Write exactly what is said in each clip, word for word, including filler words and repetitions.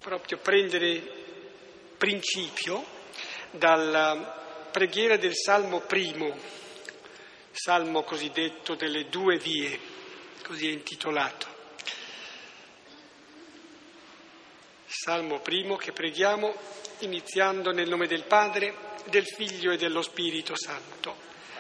proprio prendere principio dalla preghiera del Salmo primo, Salmo cosiddetto delle due vie, così è intitolato. Salmo primo che preghiamo iniziando nel nome del Padre, del Figlio e dello Spirito Santo.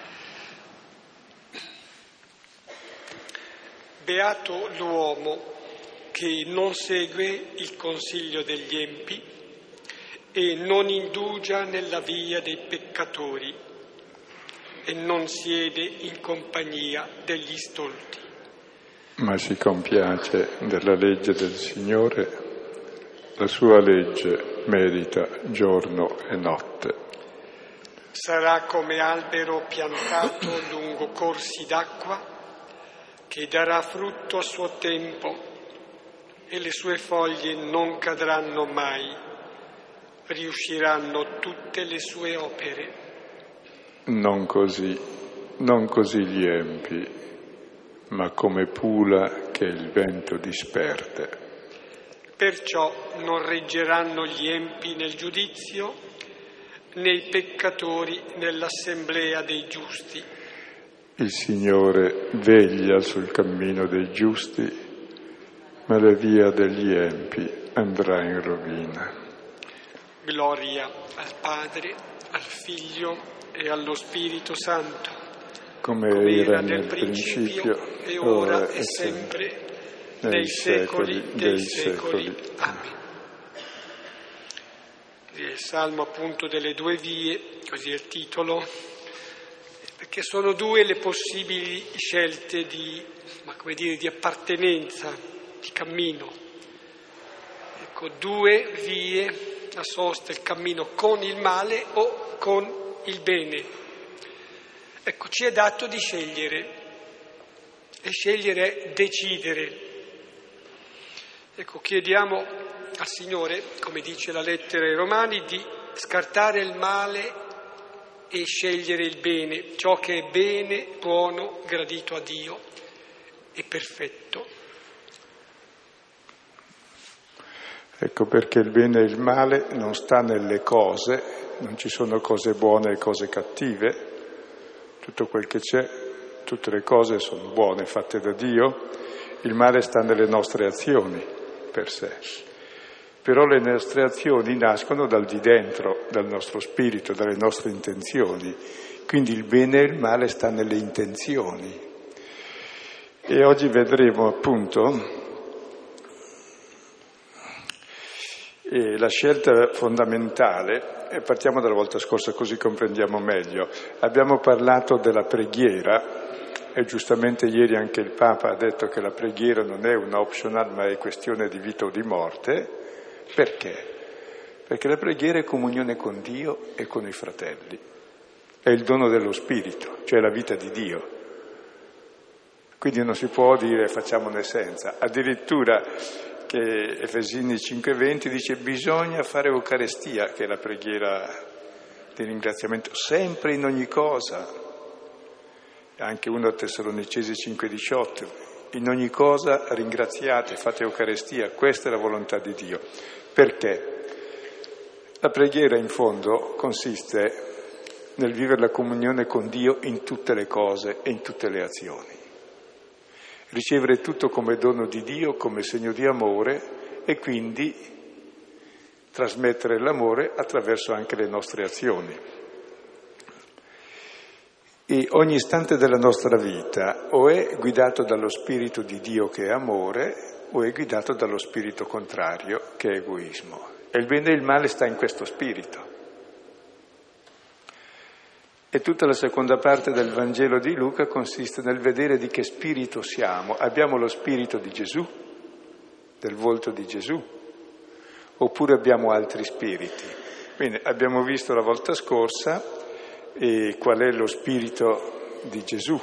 Beato l'uomo che non segue il consiglio degli empi e non indugia nella via dei peccatori e non siede in compagnia degli stolti. Ma si compiace della legge del Signore, la sua legge medita giorno e notte. Sarà come albero piantato lungo corsi d'acqua, che darà frutto a suo tempo e le sue foglie non cadranno mai, riusciranno tutte le sue opere. Non così, non così gli empi, ma come pula che il vento disperde. Perciò non reggeranno gli empi nel giudizio, né i peccatori nell'assemblea dei giusti. Il Signore veglia sul cammino dei giusti, ma la via degli empi andrà in rovina. Gloria al Padre, al Figlio e allo Spirito Santo, come, come era era nel, nel principio, principio, e ora, ora e sempre, sempre nei secoli secoli dei dei secoli. secoli. Amen. Il Salmo appunto delle due vie, così è il titolo, perché sono due le possibili scelte di, ma come dire, di appartenenza, di cammino. Ecco, due vie a sosta, il cammino con il male o con il bene. Ecco, ci è dato di scegliere, e scegliere è decidere. Ecco, chiediamo al Signore, come dice la lettera ai Romani, di scartare il male e scegliere il bene, ciò che è bene, buono, gradito a Dio e perfetto. Ecco perché il bene e il male non sta nelle cose, non ci sono cose buone e cose cattive, tutto quel che c'è, tutte le cose sono buone, fatte da Dio, il male sta nelle nostre azioni per sé. Però le nostre azioni nascono dal di dentro, dal nostro spirito, dalle nostre intenzioni, quindi il bene e il male sta nelle intenzioni. E oggi vedremo appunto E la scelta fondamentale, e partiamo dalla volta scorsa così comprendiamo meglio, abbiamo parlato della preghiera e giustamente ieri anche il Papa ha detto che la preghiera non è un optional ma è questione di vita o di morte. Perché? Perché la preghiera è comunione con Dio e con i fratelli, è il dono dello Spirito, cioè la vita di Dio. Quindi non si può dire facciamone senza, addirittura che Efesini cinque venti dice bisogna fare Eucaristia, che è la preghiera di ringraziamento, sempre in ogni cosa. Anche uno Tessalonicesi cinque diciotto, in ogni cosa ringraziate, fate Eucaristia, questa è la volontà di Dio. Perché? La preghiera in fondo consiste nel vivere la comunione con Dio in tutte le cose e in tutte le azioni. Ricevere tutto come dono di Dio, come segno di amore e quindi trasmettere l'amore attraverso anche le nostre azioni. E ogni istante della nostra vita o è guidato dallo spirito di Dio che è amore o è guidato dallo spirito contrario che è egoismo. E il bene e il male sta in questo spirito. E tutta la seconda parte del Vangelo di Luca consiste nel vedere di che spirito siamo. Abbiamo lo spirito di Gesù, del volto di Gesù, oppure abbiamo altri spiriti. Bene, abbiamo visto la volta scorsa eh, qual è lo spirito di Gesù.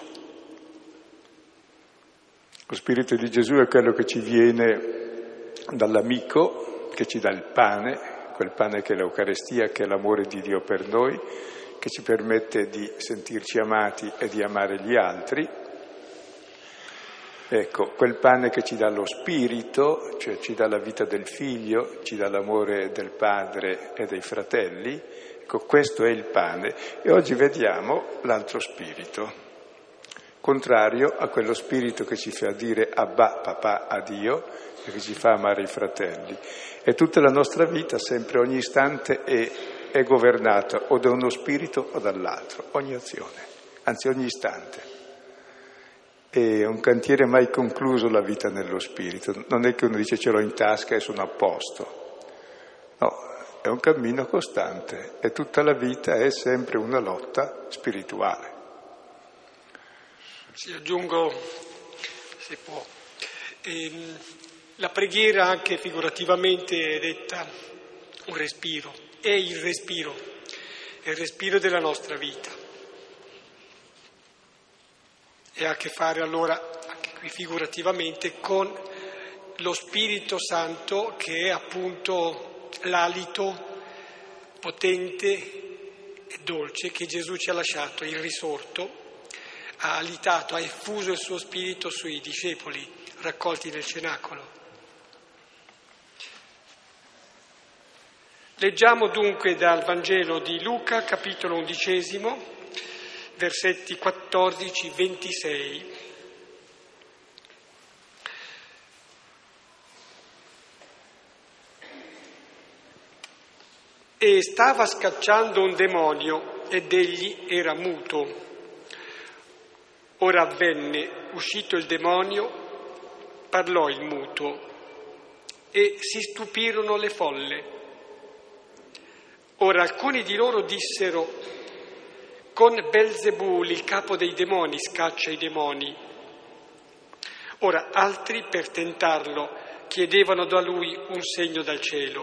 Lo spirito di Gesù è quello che ci viene dall'amico, che ci dà il pane, quel pane che è l'Eucaristia, che è l'amore di Dio per noi, che ci permette di sentirci amati e di amare gli altri. Ecco, quel pane che ci dà lo spirito, cioè ci dà la vita del figlio, ci dà l'amore del padre e dei fratelli, ecco, questo è il pane. E oggi vediamo l'altro spirito, contrario a quello spirito che ci fa dire Abba, papà a Dio e che ci fa amare i fratelli. E tutta la nostra vita, sempre, ogni istante, è, è governata o da uno spirito o dall'altro, ogni azione, anzi ogni istante. È un cantiere mai concluso la vita nello spirito, non è che uno dice ce l'ho in tasca e sono a posto, no, è un cammino costante e tutta la vita è sempre una lotta spirituale. Si aggiungo, se può, ehm, la preghiera anche figurativamente è detta un respiro, è il respiro, è il respiro della nostra vita. E ha a che fare allora, anche qui figurativamente, con lo Spirito Santo che è appunto l'alito potente e dolce che Gesù ci ha lasciato, il risorto, ha alitato, ha effuso il suo Spirito sui discepoli raccolti nel cenacolo. Leggiamo dunque dal Vangelo di Luca, capitolo undicesimo, versetti quattordici ventisei. E stava scacciando un demonio ed egli era muto. Ora avvenne, uscito il demonio, parlò il muto e si stupirono le folle. Ora alcuni di loro dissero: con Belzebul, il capo dei demoni, scaccia i demoni. Ora altri, per tentarlo, chiedevano da lui un segno dal cielo.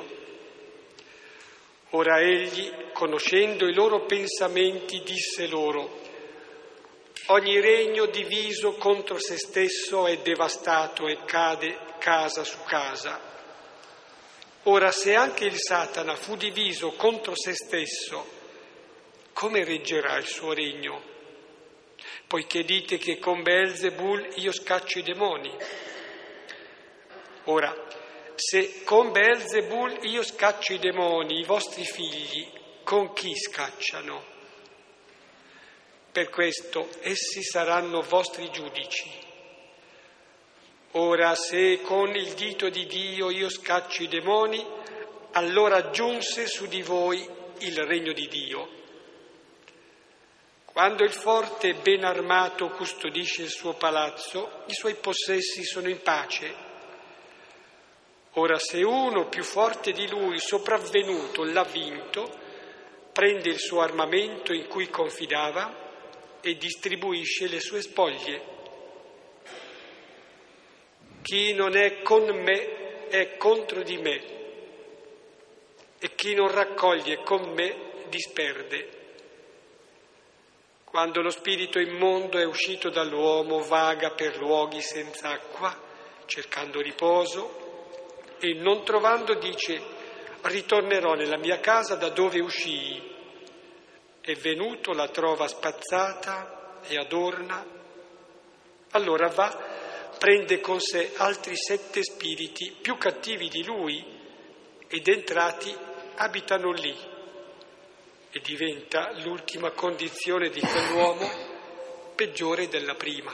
Ora egli, conoscendo i loro pensamenti, disse loro: ogni regno diviso contro se stesso è devastato e cade casa su casa. Ora se anche il Satana fu diviso contro se stesso, come reggerà il suo regno? Poiché dite che con Belzebul io scaccio i demoni. Ora, se con Belzebul io scaccio i demoni, i vostri figli con chi scacciano? Per questo essi saranno vostri giudici. Ora, se con il dito di Dio io scaccio i demoni, allora giunse su di voi il regno di Dio. Quando il forte ben armato custodisce il suo palazzo, i suoi possessi sono in pace. Ora se uno più forte di lui, sopravvenuto, l'ha vinto, prende il suo armamento in cui confidava e distribuisce le sue spoglie. Chi non è con me è contro di me, e chi non raccoglie con me disperde. Quando lo spirito immondo è uscito dall'uomo, vaga per luoghi senza acqua, cercando riposo, e non trovando dice: ritornerò nella mia casa da dove uscii. È venuto, la trova spazzata e adorna. Allora va, prende con sé altri sette spiriti più cattivi di lui, ed entrati abitano lì. E diventa l'ultima condizione di quell'uomo peggiore della prima.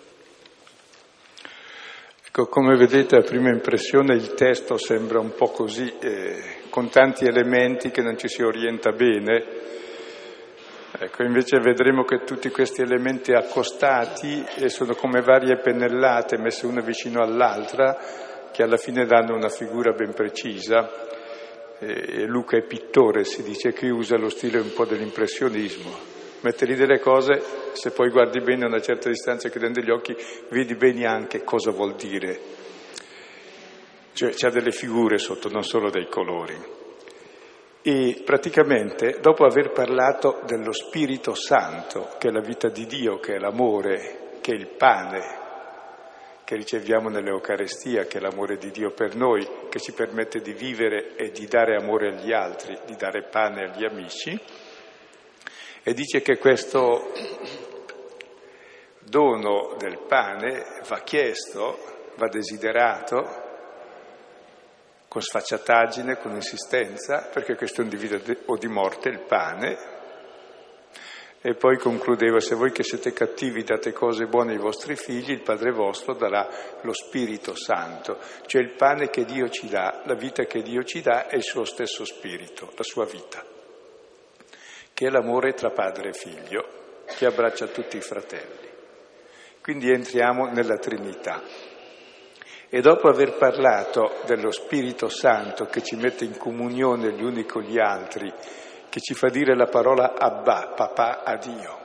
Ecco, come vedete a prima impressione il testo sembra un po' così, eh, con tanti elementi che non ci si orienta bene. Ecco, invece vedremo che tutti questi elementi accostati eh, sono come varie pennellate messe una vicino all'altra, che alla fine danno una figura ben precisa. E Luca è pittore, si dice che usa lo stile un po' dell'impressionismo, mette lì delle cose, se poi guardi bene a una certa distanza chiudendo gli occhi vedi bene anche cosa vuol dire, cioè c'ha delle figure sotto, non solo dei colori. E praticamente dopo aver parlato dello Spirito Santo, che è la vita di Dio, che è l'amore, che è il pane che riceviamo nell'Eucarestia, che è l'amore di Dio per noi, che ci permette di vivere e di dare amore agli altri, di dare pane agli amici, e dice che questo dono del pane va chiesto, va desiderato, con sfacciataggine, con insistenza, perché è questione di vita o di morte, il pane. E poi concludeva: se voi che siete cattivi date cose buone ai vostri figli, il Padre vostro darà lo Spirito Santo, cioè il pane che Dio ci dà, la vita che Dio ci dà è il suo stesso Spirito, la sua vita, che è l'amore tra padre e figlio, che abbraccia tutti i fratelli. Quindi entriamo nella Trinità. E dopo aver parlato dello Spirito Santo che ci mette in comunione gli uni con gli altri, che ci fa dire la parola Abba, papà a Dio,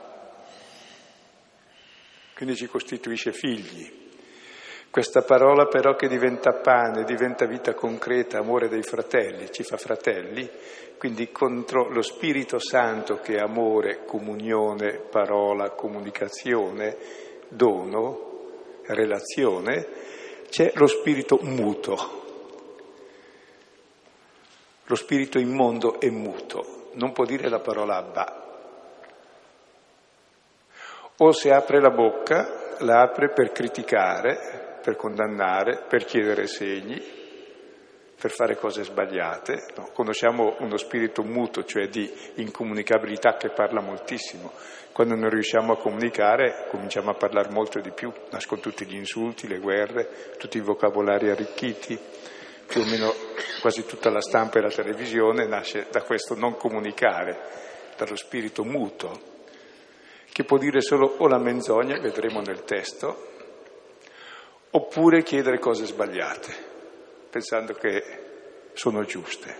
quindi ci costituisce figli. Questa parola però che diventa pane, diventa vita concreta, amore dei fratelli, ci fa fratelli, quindi contro lo Spirito Santo che è amore, comunione, parola, comunicazione, dono, relazione, c'è lo spirito muto. Lo spirito immondo è muto, non può dire la parola Abba. O se apre la bocca, la apre per criticare, per condannare, per chiedere segni, per fare cose sbagliate. No, conosciamo uno spirito muto, cioè di incomunicabilità, che parla moltissimo. Quando non riusciamo a comunicare, cominciamo a parlare molto di più. Nascono tutti gli insulti, le guerre, tutti i vocabolari arricchiti. Più o meno quasi tutta la stampa e la televisione nasce da questo non comunicare, dallo spirito muto, che può dire solo o la menzogna, vedremo nel testo, oppure chiedere cose sbagliate, pensando che sono giuste.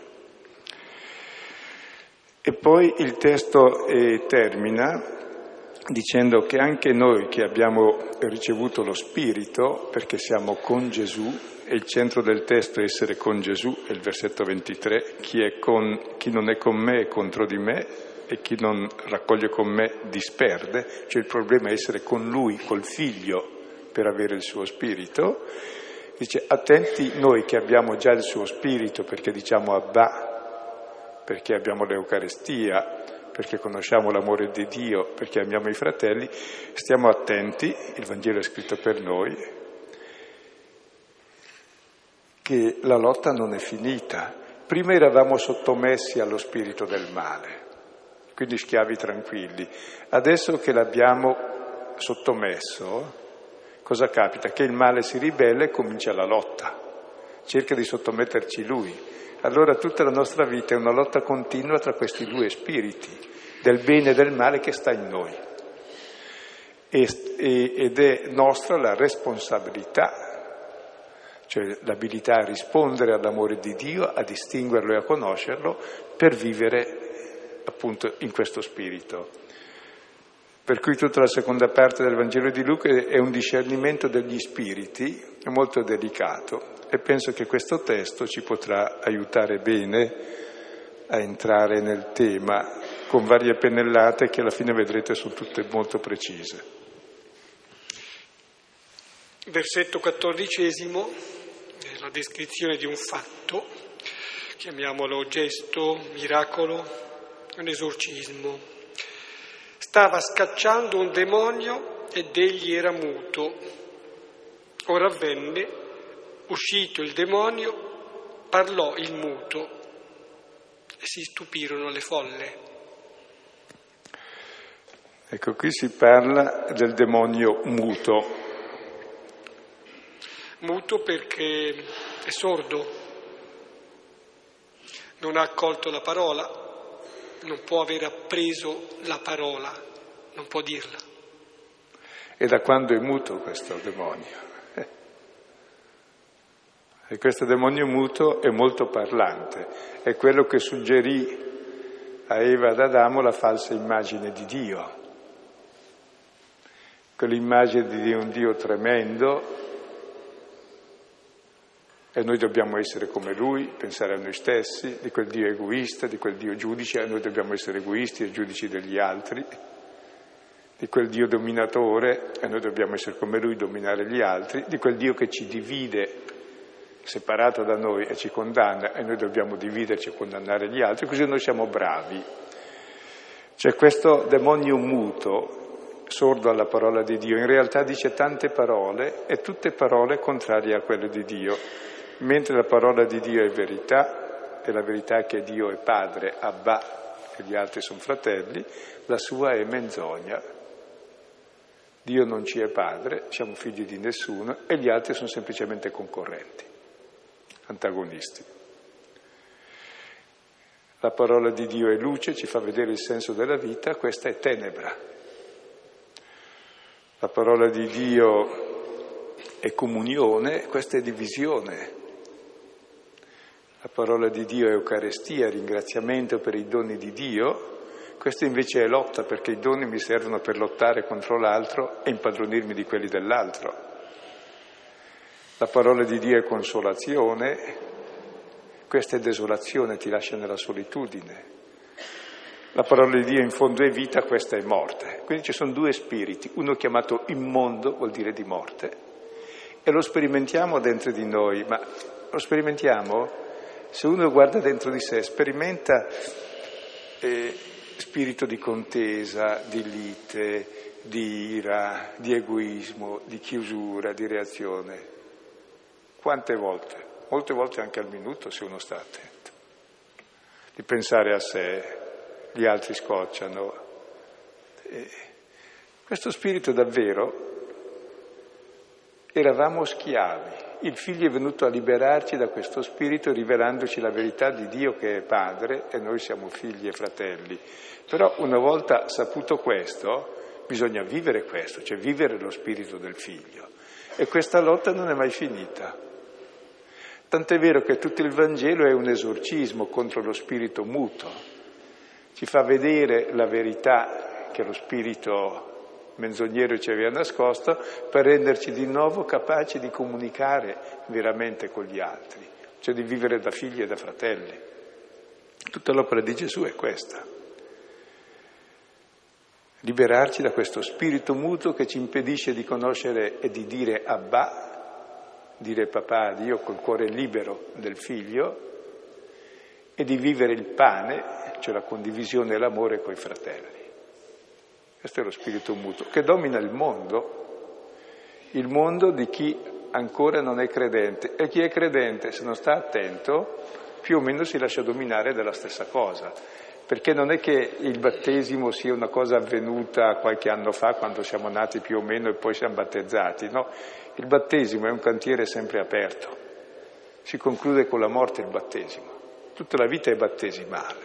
E poi il testo eh, termina dicendo che anche noi che abbiamo ricevuto lo Spirito, perché siamo con Gesù, e il centro del testo è essere con Gesù, è il versetto ventitré, chi, è con, chi non è con me è contro di me e chi non raccoglie con me disperde, cioè il problema è essere con Lui, col Figlio, per avere il suo Spirito. Dice: attenti noi che abbiamo già il suo Spirito, perché diciamo Abba, perché abbiamo l'Eucaristia, perché conosciamo l'amore di Dio, perché amiamo i fratelli, stiamo attenti, il Vangelo è scritto per noi, che la lotta non è finita. Prima eravamo sottomessi allo spirito del male, quindi schiavi tranquilli. Adesso che l'abbiamo sottomesso, cosa capita? Che il male si ribella e comincia la lotta, cerca di sottometterci lui. Allora tutta la nostra vita è una lotta continua tra questi due spiriti, del bene e del male che sta in noi. E, e, ed è nostra la responsabilità, cioè l'abilità a rispondere all'amore di Dio, a distinguerlo e a conoscerlo, per vivere appunto in questo spirito. Per cui tutta la seconda parte del Vangelo di Luca è un discernimento degli spiriti molto delicato, e penso che questo testo ci potrà aiutare bene a entrare nel tema, con varie pennellate che alla fine vedrete sono tutte molto precise. Versetto quattordicesimo, è la descrizione di un fatto, chiamiamolo gesto, miracolo, un esorcismo. Stava scacciando un demonio ed egli era muto. Ora avvenne, uscito il demonio, parlò il muto e si stupirono le folle. Ecco, qui si parla del demonio muto. Muto perché è sordo, non ha accolto la parola, non può aver appreso la parola, non può dirla. E da quando è muto questo demonio? E questo demonio muto è molto parlante, è quello che suggerì a Eva ed Adamo la falsa immagine di Dio, quell'immagine di un Dio tremendo, e noi dobbiamo essere come Lui, pensare a noi stessi, di quel Dio egoista, di quel Dio giudice, e noi dobbiamo essere egoisti e giudici degli altri, di quel Dio dominatore, e noi dobbiamo essere come Lui, dominare gli altri, di quel Dio che ci divide, separato da noi, e ci condanna, e noi dobbiamo dividerci e condannare gli altri, così noi siamo bravi. C'è questo demonio muto, sordo alla parola di Dio. In realtà dice tante parole e tutte parole contrarie a quelle di Dio, mentre la parola di Dio è verità, e la verità è che Dio è padre, Abba, e gli altri sono fratelli, la sua è menzogna. Dio non ci è padre, siamo figli di nessuno e gli altri sono semplicemente concorrenti, antagonisti. La parola di Dio è luce, ci fa vedere il senso della vita, questa è tenebra. La parola di Dio è comunione, questa è divisione. La parola di Dio è Eucaristia, ringraziamento per i doni di Dio, questa invece è lotta, perché i doni mi servono per lottare contro l'altro e impadronirmi di quelli dell'altro. La parola di Dio è consolazione, questa è desolazione, ti lascia nella solitudine. La parola di Dio in fondo è vita, questa è morte. Quindi ci sono due spiriti, uno chiamato immondo, vuol dire di morte, e lo sperimentiamo dentro di noi, ma lo sperimentiamo, se uno guarda dentro di sé, sperimenta eh, spirito di contesa, di lite, di ira, di egoismo, di chiusura, di reazione. Quante volte? Molte volte anche al minuto, se uno sta attento. Di pensare a sé, gli altri scocciano. E questo spirito davvero, eravamo schiavi. Il Figlio è venuto a liberarci da questo spirito, rivelandoci la verità di Dio che è Padre e noi siamo figli e fratelli. Però una volta saputo questo, bisogna vivere questo, cioè vivere lo spirito del Figlio. E questa lotta non è mai finita. Tant'è vero che tutto il Vangelo è un esorcismo contro lo spirito muto. Ci fa vedere la verità che lo spirito menzognero ci aveva nascosto per renderci di nuovo capaci di comunicare veramente con gli altri, cioè di vivere da figli e da fratelli. Tutta l'opera di Gesù è questa. Liberarci da questo spirito muto che ci impedisce di conoscere e di dire Abba, dire papà a Dio col cuore libero del figlio, e di vivere il pane, cioè la condivisione e l'amore coi fratelli. Questo è lo spirito muto che domina il mondo, il mondo di chi ancora non è credente, e chi è credente, se non sta attento, più o meno si lascia dominare dalla stessa cosa, perché non è che il battesimo sia una cosa avvenuta qualche anno fa, quando siamo nati più o meno e poi siamo battezzati, no, il battesimo è un cantiere sempre aperto, si conclude con la morte il battesimo, tutta la vita è battesimale.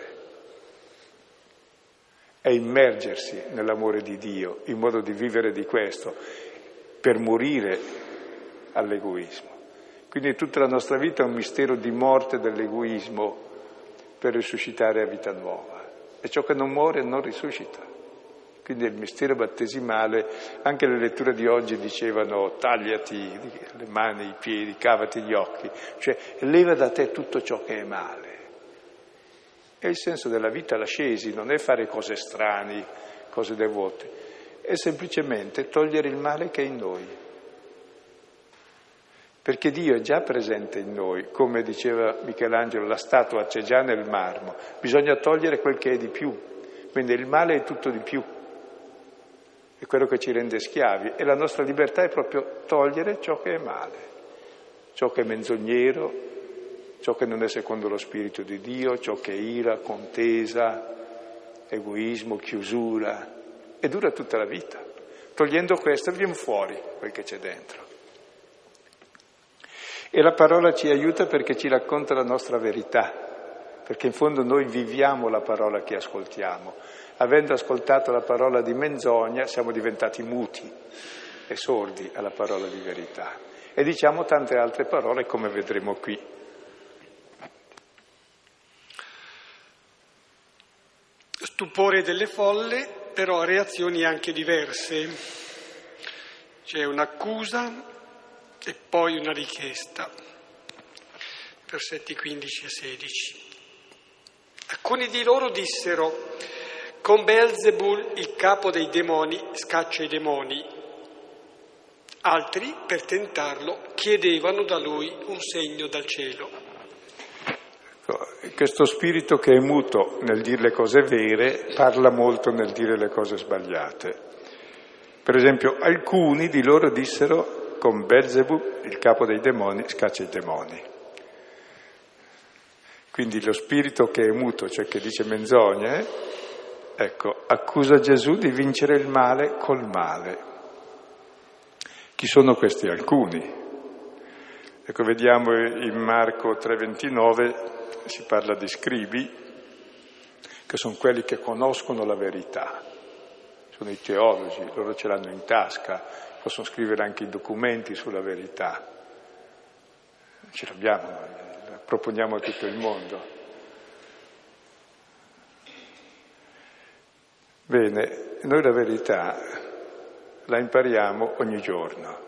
È immergersi nell'amore di Dio, in modo di vivere di questo, per morire all'egoismo. Quindi tutta la nostra vita è un mistero di morte dell'egoismo per risuscitare a vita nuova. E ciò che non muore non risuscita. Quindi è il mistero battesimale. Anche le letture di oggi dicevano tagliati le mani, i piedi, cavati gli occhi, cioè leva da te tutto ciò che è male. E il senso della vita, l'ascesi, non è fare cose strane, cose devote, è semplicemente togliere il male che è in noi. Perché Dio è già presente in noi, come diceva Michelangelo, la statua c'è già nel marmo, bisogna togliere quel che è di più, quindi il male è tutto di più, è quello che ci rende schiavi, e la nostra libertà è proprio togliere ciò che è male, ciò che è menzognero, ciò che non è secondo lo spirito di Dio, ciò che è ira, contesa, egoismo, chiusura, e dura tutta la vita. Togliendo questo viene fuori quel che c'è dentro. E la parola ci aiuta perché ci racconta la nostra verità, perché in fondo noi viviamo la parola che ascoltiamo. Avendo ascoltato la parola di menzogna siamo diventati muti e sordi alla parola di verità. E diciamo tante altre parole, come vedremo qui. Stupore delle folle, però reazioni anche diverse. C'è un'accusa e poi una richiesta. Versetti quindici a sedici. Alcuni di loro dissero: con Beelzebul, il capo dei demoni, scaccia i demoni. Altri, per tentarlo, chiedevano da lui un segno dal cielo. Questo spirito che è muto nel dire le cose vere parla molto nel dire le cose sbagliate. Per esempio, alcuni di loro dissero con Belzebù, il capo dei demoni, scaccia i demoni. Quindi lo spirito che è muto, cioè che dice menzogne, ecco, accusa Gesù di vincere il male col male. Chi sono questi alcuni? Ecco, vediamo in Marco tre ventinove, si parla di scribi, che sono quelli che conoscono la verità. Sono i teologi, loro ce l'hanno in tasca, possono scrivere anche i documenti sulla verità. Ce l'abbiamo, la proponiamo a tutto il mondo. Bene, noi la verità la impariamo ogni giorno.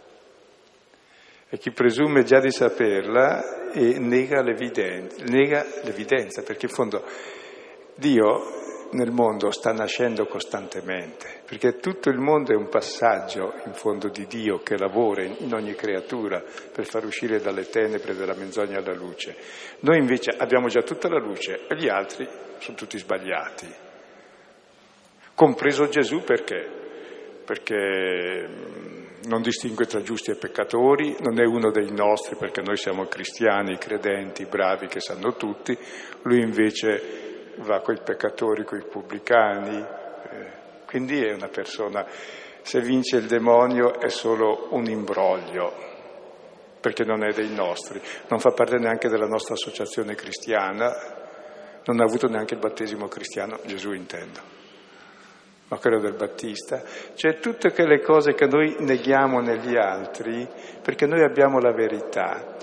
E chi presume già di saperla e nega l'evidenza, nega l'evidenza, perché in fondo Dio nel mondo sta nascendo costantemente, perché tutto il mondo è un passaggio in fondo di Dio che lavora in ogni creatura per far uscire dalle tenebre della menzogna alla luce. Noi invece abbiamo già tutta la luce e gli altri sono tutti sbagliati, compreso Gesù. Perché? Perché non distingue tra giusti e peccatori, non è uno dei nostri perché noi siamo cristiani, credenti, bravi, che sanno tutti, lui invece va coi peccatori, coi pubblicani, eh, quindi è una persona, se vince il demonio è solo un imbroglio, perché non è dei nostri, non fa parte neanche della nostra associazione cristiana, non ha avuto neanche il battesimo cristiano, Gesù intendo, ma quello del Battista, cioè tutte quelle cose che noi neghiamo negli altri, perché noi abbiamo la verità,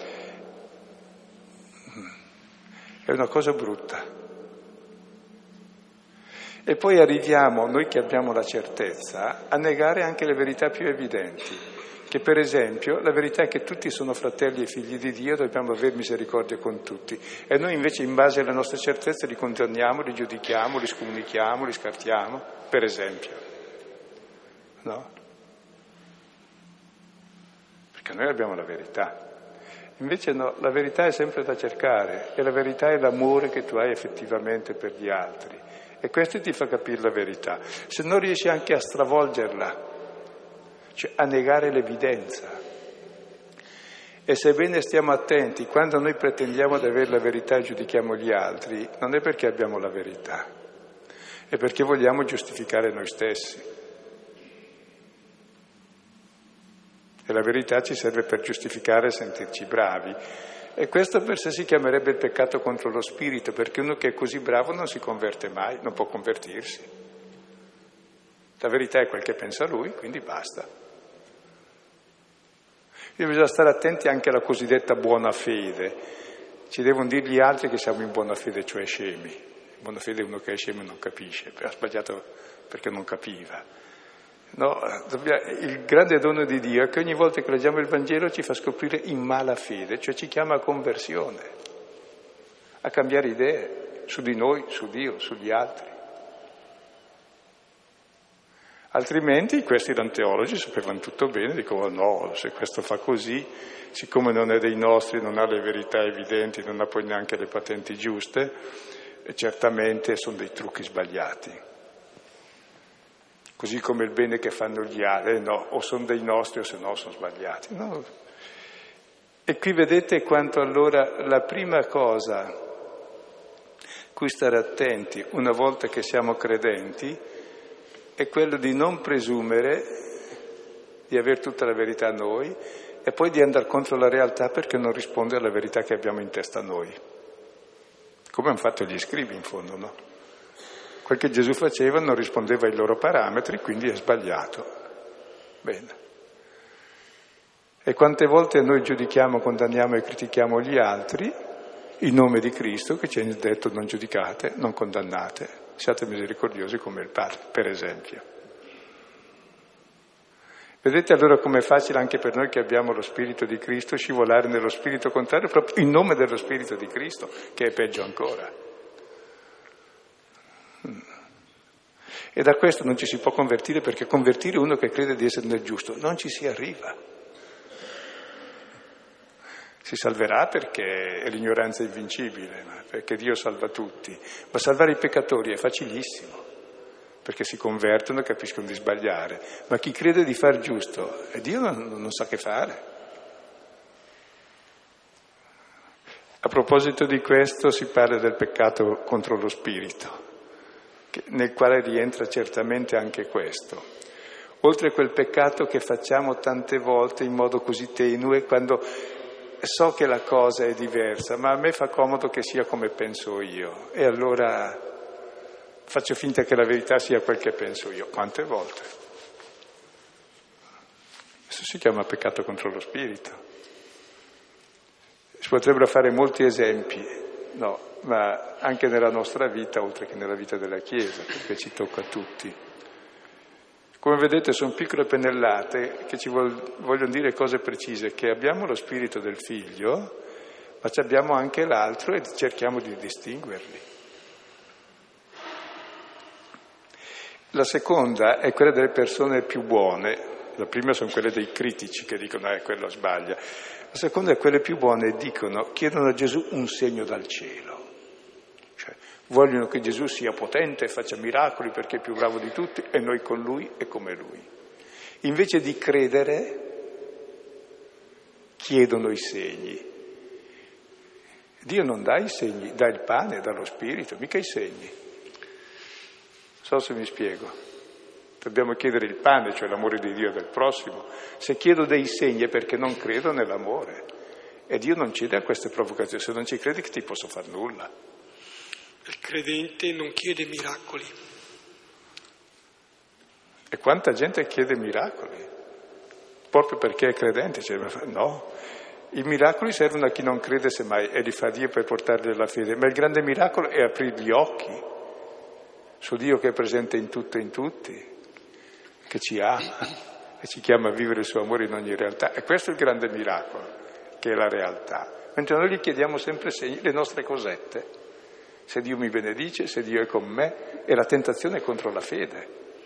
è una cosa brutta. E poi arriviamo, noi che abbiamo la certezza, a negare anche le verità più evidenti, che per esempio la verità è che tutti sono fratelli e figli di Dio, dobbiamo avere misericordia con tutti, e noi invece in base alle nostre certezze li condanniamo, li giudichiamo, li scomunichiamo, li scartiamo, per esempio, no? Perché noi abbiamo la verità. Invece no, la verità è sempre da cercare, e la verità è l'amore che tu hai effettivamente per gli altri. E questo ti fa capire la verità. Se non riesci anche a stravolgerla, cioè a negare l'evidenza. E sebbene stiamo attenti, quando noi pretendiamo di avere la verità e giudichiamo gli altri, non è perché abbiamo la verità, è perché vogliamo giustificare noi stessi. E la verità ci serve per giustificare e sentirci bravi. E questo per sé si chiamerebbe il peccato contro lo spirito, perché uno che è così bravo non si converte mai, non può convertirsi. La verità è quel che pensa lui, quindi basta. E bisogna stare attenti anche alla cosiddetta buona fede. Ci devono dire gli altri che siamo in buona fede, cioè scemi. In buona fede è uno che è scemo e non capisce, ha sbagliato perché non capiva. No, il grande dono di Dio è che ogni volta che leggiamo il Vangelo ci fa scoprire in mala fede, cioè ci chiama a conversione, a cambiare idee su di noi, su Dio, sugli altri. Altrimenti questi erano teologi, sapevano tutto bene, dicono oh no, se questo fa così, siccome non è dei nostri, non ha le verità evidenti, non ha poi neanche le patenti giuste, e certamente sono dei trucchi sbagliati. Così come il bene che fanno gli altri, no, o sono dei nostri o se no sono sbagliati. No. E qui vedete quanto allora la prima cosa a cui stare attenti una volta che siamo credenti è quello di non presumere di avere tutta la verità noi e poi di andare contro la realtà perché non risponde alla verità che abbiamo in testa noi. Come hanno fatto gli scribi in fondo, no? Quel che Gesù faceva non rispondeva ai loro parametri, quindi è sbagliato. Bene. E quante volte noi giudichiamo, condanniamo e critichiamo gli altri in nome di Cristo, che ci ha detto non giudicate, non condannate, siate misericordiosi come il Padre, per esempio. Vedete allora com'è facile anche per noi che abbiamo lo Spirito di Cristo scivolare nello Spirito contrario proprio in nome dello Spirito di Cristo, che è peggio ancora. E da questo non ci si può convertire, perché convertire uno che crede di essere nel giusto non ci si arriva. Si salverà perché è l'ignoranza invincibile, perché Dio salva tutti, ma salvare i peccatori è facilissimo, perché si convertono e capiscono di sbagliare. Ma chi crede di far giusto, e Dio non, non sa che fare. A proposito di questo si parla del peccato contro lo spirito, che, nel quale rientra certamente anche questo. Oltre a quel peccato che facciamo tante volte in modo così tenue, quando so che la cosa è diversa, ma a me fa comodo che sia come penso io, e allora faccio finta che la verità sia quel che penso io. Quante volte? Questo si chiama peccato contro lo spirito. Si potrebbero fare molti esempi, no, ma anche nella nostra vita, oltre che nella vita della Chiesa, perché ci tocca a tutti. Come vedete sono piccole pennellate che ci vogliono dire cose precise, che abbiamo lo spirito del Figlio, ma abbiamo anche l'altro e cerchiamo di distinguerli. La seconda è quella delle persone più buone. La prima sono quelle dei critici che dicono eh, quello sbaglia. La seconda è quelle più buone, dicono, chiedono a Gesù un segno dal cielo. Cioè, vogliono che Gesù sia potente e faccia miracoli perché è più bravo di tutti e noi con lui e come lui. Invece di credere, chiedono i segni. Dio non dà i segni, dà il pane, dà lo spirito, mica i segni. Non so se mi spiego. Dobbiamo chiedere il pane, cioè l'amore di Dio e del prossimo. Se chiedo dei segni è perché non credo nell'amore. E Dio non cede a queste provocazioni. Se non ci credi che ti posso far nulla. Il credente non chiede miracoli. E quanta gente chiede miracoli? Proprio perché è credente. Cioè, no, i miracoli servono a chi non crede semmai e li fa Dio per portargli alla fede. Ma il grande miracolo è aprire gli occhi su Dio che è presente in tutto e in tutti, che ci ama e ci chiama a vivere il suo amore in ogni realtà. E questo è il grande miracolo, che è la realtà. Mentre noi gli chiediamo sempre segni, le nostre cosette. Se Dio mi benedice, se Dio è con me, e la tentazione è contro la fede.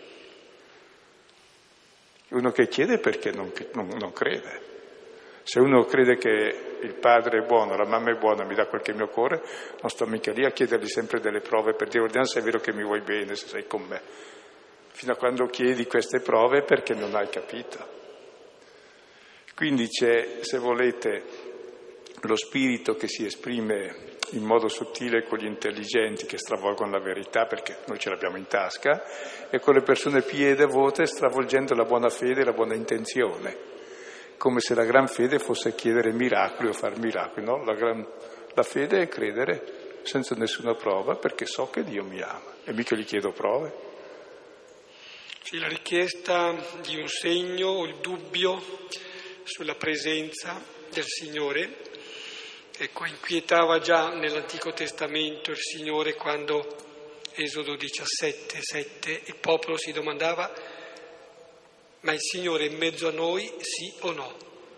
Uno che chiede perché non, non, non crede. Se uno crede che il padre è buono, la mamma è buona, mi dà quel che mi occorre, non sto mica lì a chiedergli sempre delle prove per dire guardiamo se è vero che mi vuoi bene, se sei con me. Fino a quando chiedi queste prove perché non hai capito. Quindi c'è, se volete, lo spirito che si esprime in modo sottile con gli intelligenti che stravolgono la verità perché noi ce l'abbiamo in tasca, e con le persone pie e devote stravolgendo la buona fede e la buona intenzione, come se la gran fede fosse chiedere miracoli o far miracoli. No, la, gran, la fede è credere senza nessuna prova perché so che Dio mi ama e mica gli chiedo prove. Sì, la richiesta di un segno o il dubbio sulla presenza del Signore, ecco, inquietava già nell'Antico Testamento il Signore quando, Esodo diciassette, sette, il popolo si domandava: ma il Signore è in mezzo a noi, sì o no?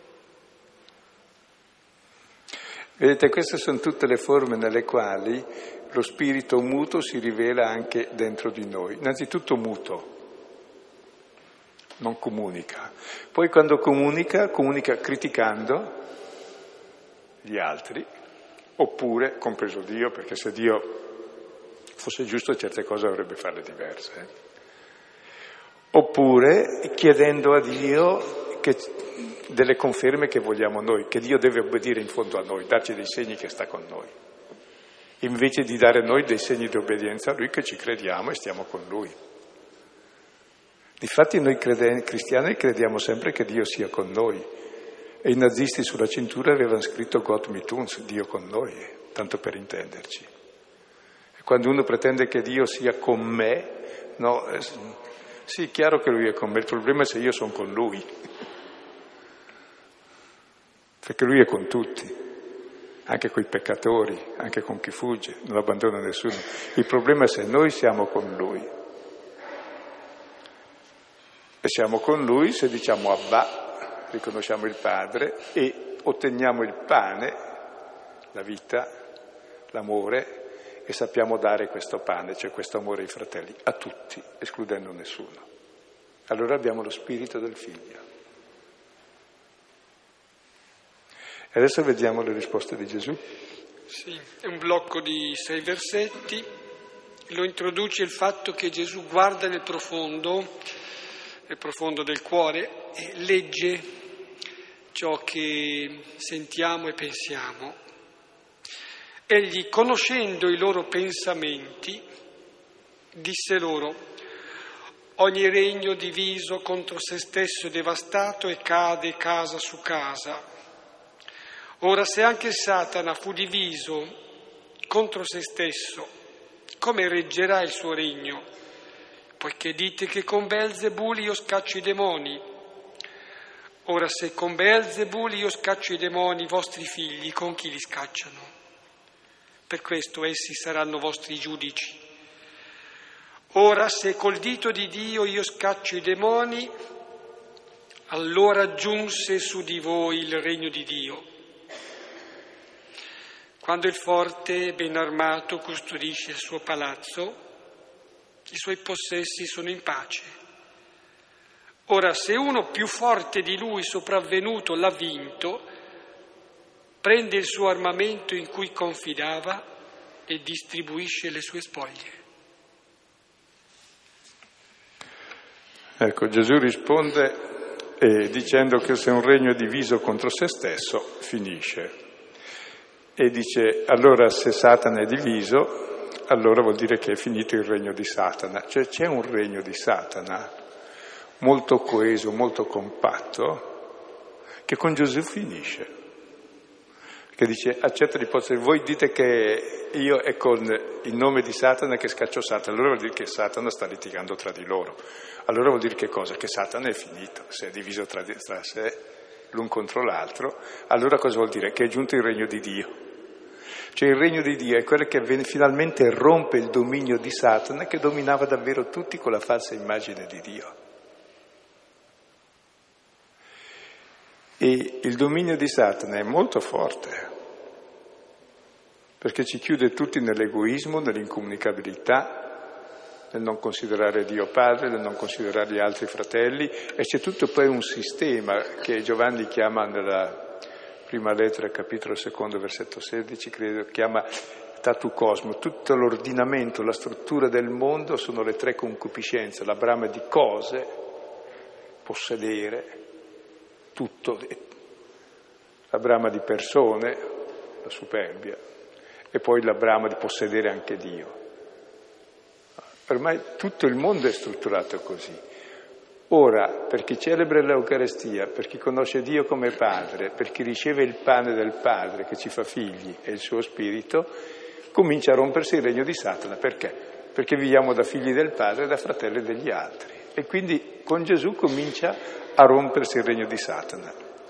Vedete, queste sono tutte le forme nelle quali lo spirito muto si rivela anche dentro di noi. Innanzitutto muto. Non comunica. Poi quando comunica, comunica criticando gli altri, oppure, compreso Dio, perché se Dio fosse giusto certe cose dovrebbe farle diverse, eh? Oppure chiedendo a Dio che, delle conferme che vogliamo noi, che Dio deve obbedire in fondo a noi, darci dei segni che sta con noi, invece di dare noi dei segni di obbedienza a Lui che ci crediamo e stiamo con Lui. Difatti noi creden- cristiani crediamo sempre che Dio sia con noi, e i nazisti sulla cintura avevano scritto Gott mit uns, Dio con noi, tanto per intenderci. E quando uno pretende che Dio sia con me, no, eh, sì, chiaro che Lui è con me, il problema è se io sono con Lui, perché Lui è con tutti, anche con i peccatori, anche con chi fugge, non abbandona nessuno. Il problema è se noi siamo con Lui. E siamo con Lui se diciamo Abba, riconosciamo il Padre e otteniamo il pane, la vita, l'amore, e sappiamo dare questo pane, cioè questo amore ai fratelli, a tutti, escludendo nessuno. Allora abbiamo lo spirito del Figlio. E adesso vediamo le risposte di Gesù. Sì, è un blocco di sei versetti lo introduce il fatto che Gesù guarda nel profondo, nel profondo del cuore e legge ciò che sentiamo e pensiamo. Egli, conoscendo i loro pensamenti, disse loro: ogni regno diviso contro se stesso è devastato e cade casa su casa. Ora, se anche Satana fu diviso contro se stesso, come reggerà il suo regno? Poiché dite che con Beelzebuli io scaccio i demoni. Ora, se con Beelzebuli io scaccio i demoni, i vostri figli con chi li scacciano? Per questo essi saranno vostri giudici. Ora, se col dito di Dio io scaccio i demoni, allora giunse su di voi il regno di Dio. Quando il forte, ben armato, custodisce il suo palazzo, i suoi possessi sono in pace. Ora, se uno più forte di lui sopravvenuto l'ha vinto, prende il suo armamento in cui confidava e distribuisce le sue spoglie. Ecco, Gesù risponde eh, dicendo che se un regno è diviso contro se stesso, finisce. E dice, allora se Satana è diviso, allora vuol dire che è finito il regno di Satana. Cioè c'è un regno di Satana molto coeso, molto compatto, che con Gesù finisce. Che dice, accetta l'ipotesi, voi dite che io è con il nome di Satana che scaccio Satana, allora vuol dire che Satana sta litigando tra di loro. Allora vuol dire che cosa? Che Satana è finito, se è diviso tra, tra sé, l'un contro l'altro, allora cosa vuol dire? Che è giunto il regno di Dio. Cioè il regno di Dio è quello che finalmente rompe il dominio di Satana, che dominava davvero tutti con la falsa immagine di Dio. E il dominio di Satana è molto forte, perché ci chiude tutti nell'egoismo, nell'incomunicabilità, nel non considerare Dio Padre, nel non considerare gli altri fratelli, e c'è tutto poi un sistema che Giovanni chiama nella prima lettera, capitolo secondo, versetto sedici, credo, chiama tatu cosmo. Tutto l'ordinamento, la struttura del mondo sono le tre concupiscenze, la brama di cose, possedere, tutto, la brama di persone, la superbia, e poi la brama di possedere anche Dio. Ormai tutto il mondo è strutturato così. Ora, per chi celebra l'Eucarestia, per chi conosce Dio come Padre, per chi riceve il pane del Padre che ci fa figli e il suo Spirito, comincia a rompersi il regno di Satana. Perché? Perché viviamo da figli del Padre e da fratelli degli altri. E quindi con Gesù comincia a rompersi il regno di Satana.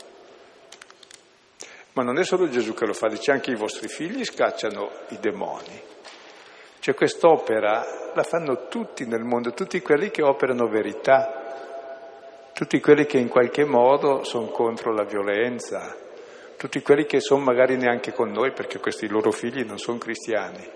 Ma non è solo Gesù che lo fa, dice anche i vostri figli scacciano i demoni. Cioè quest'opera la fanno tutti nel mondo, tutti quelli che operano verità, tutti quelli che in qualche modo sono contro la violenza, tutti quelli che sono magari neanche con noi perché questi loro figli non sono cristiani,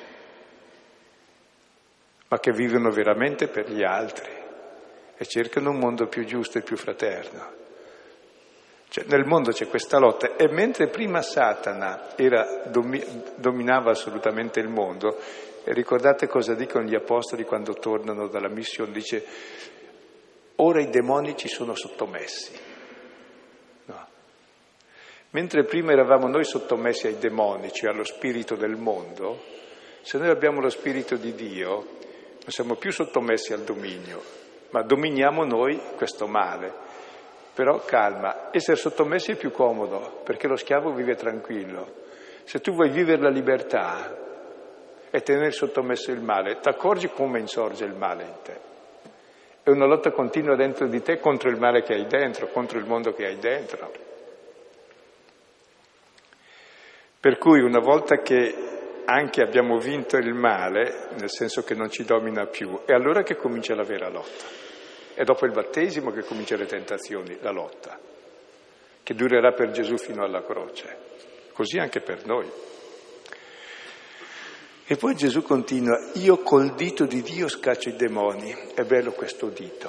ma che vivono veramente per gli altri e cercano un mondo più giusto e più fraterno. Cioè, nel mondo c'è questa lotta, e mentre prima Satana era, domi, dominava assolutamente il mondo, e ricordate cosa dicono gli apostoli quando tornano dalla missione, dice: ora i demoni ci sono sottomessi. No. Mentre prima eravamo noi sottomessi ai demoni, cioè allo spirito del mondo, se noi abbiamo lo spirito di Dio, non siamo più sottomessi al dominio, ma dominiamo noi questo male. Però calma, essere sottomessi è più comodo, perché lo schiavo vive tranquillo. Se tu vuoi vivere la libertà e tenere sottomesso il male, ti accorgi come insorge il male in te. È una lotta continua dentro di te contro il male che hai dentro, contro il mondo che hai dentro. Per cui una volta che anche abbiamo vinto il male, nel senso che non ci domina più, è allora che comincia la vera lotta. È dopo il battesimo che cominciano le tentazioni, la lotta, che durerà per Gesù fino alla croce, così anche per noi. E poi Gesù continua: io col dito di Dio scaccio i demoni. È bello questo dito,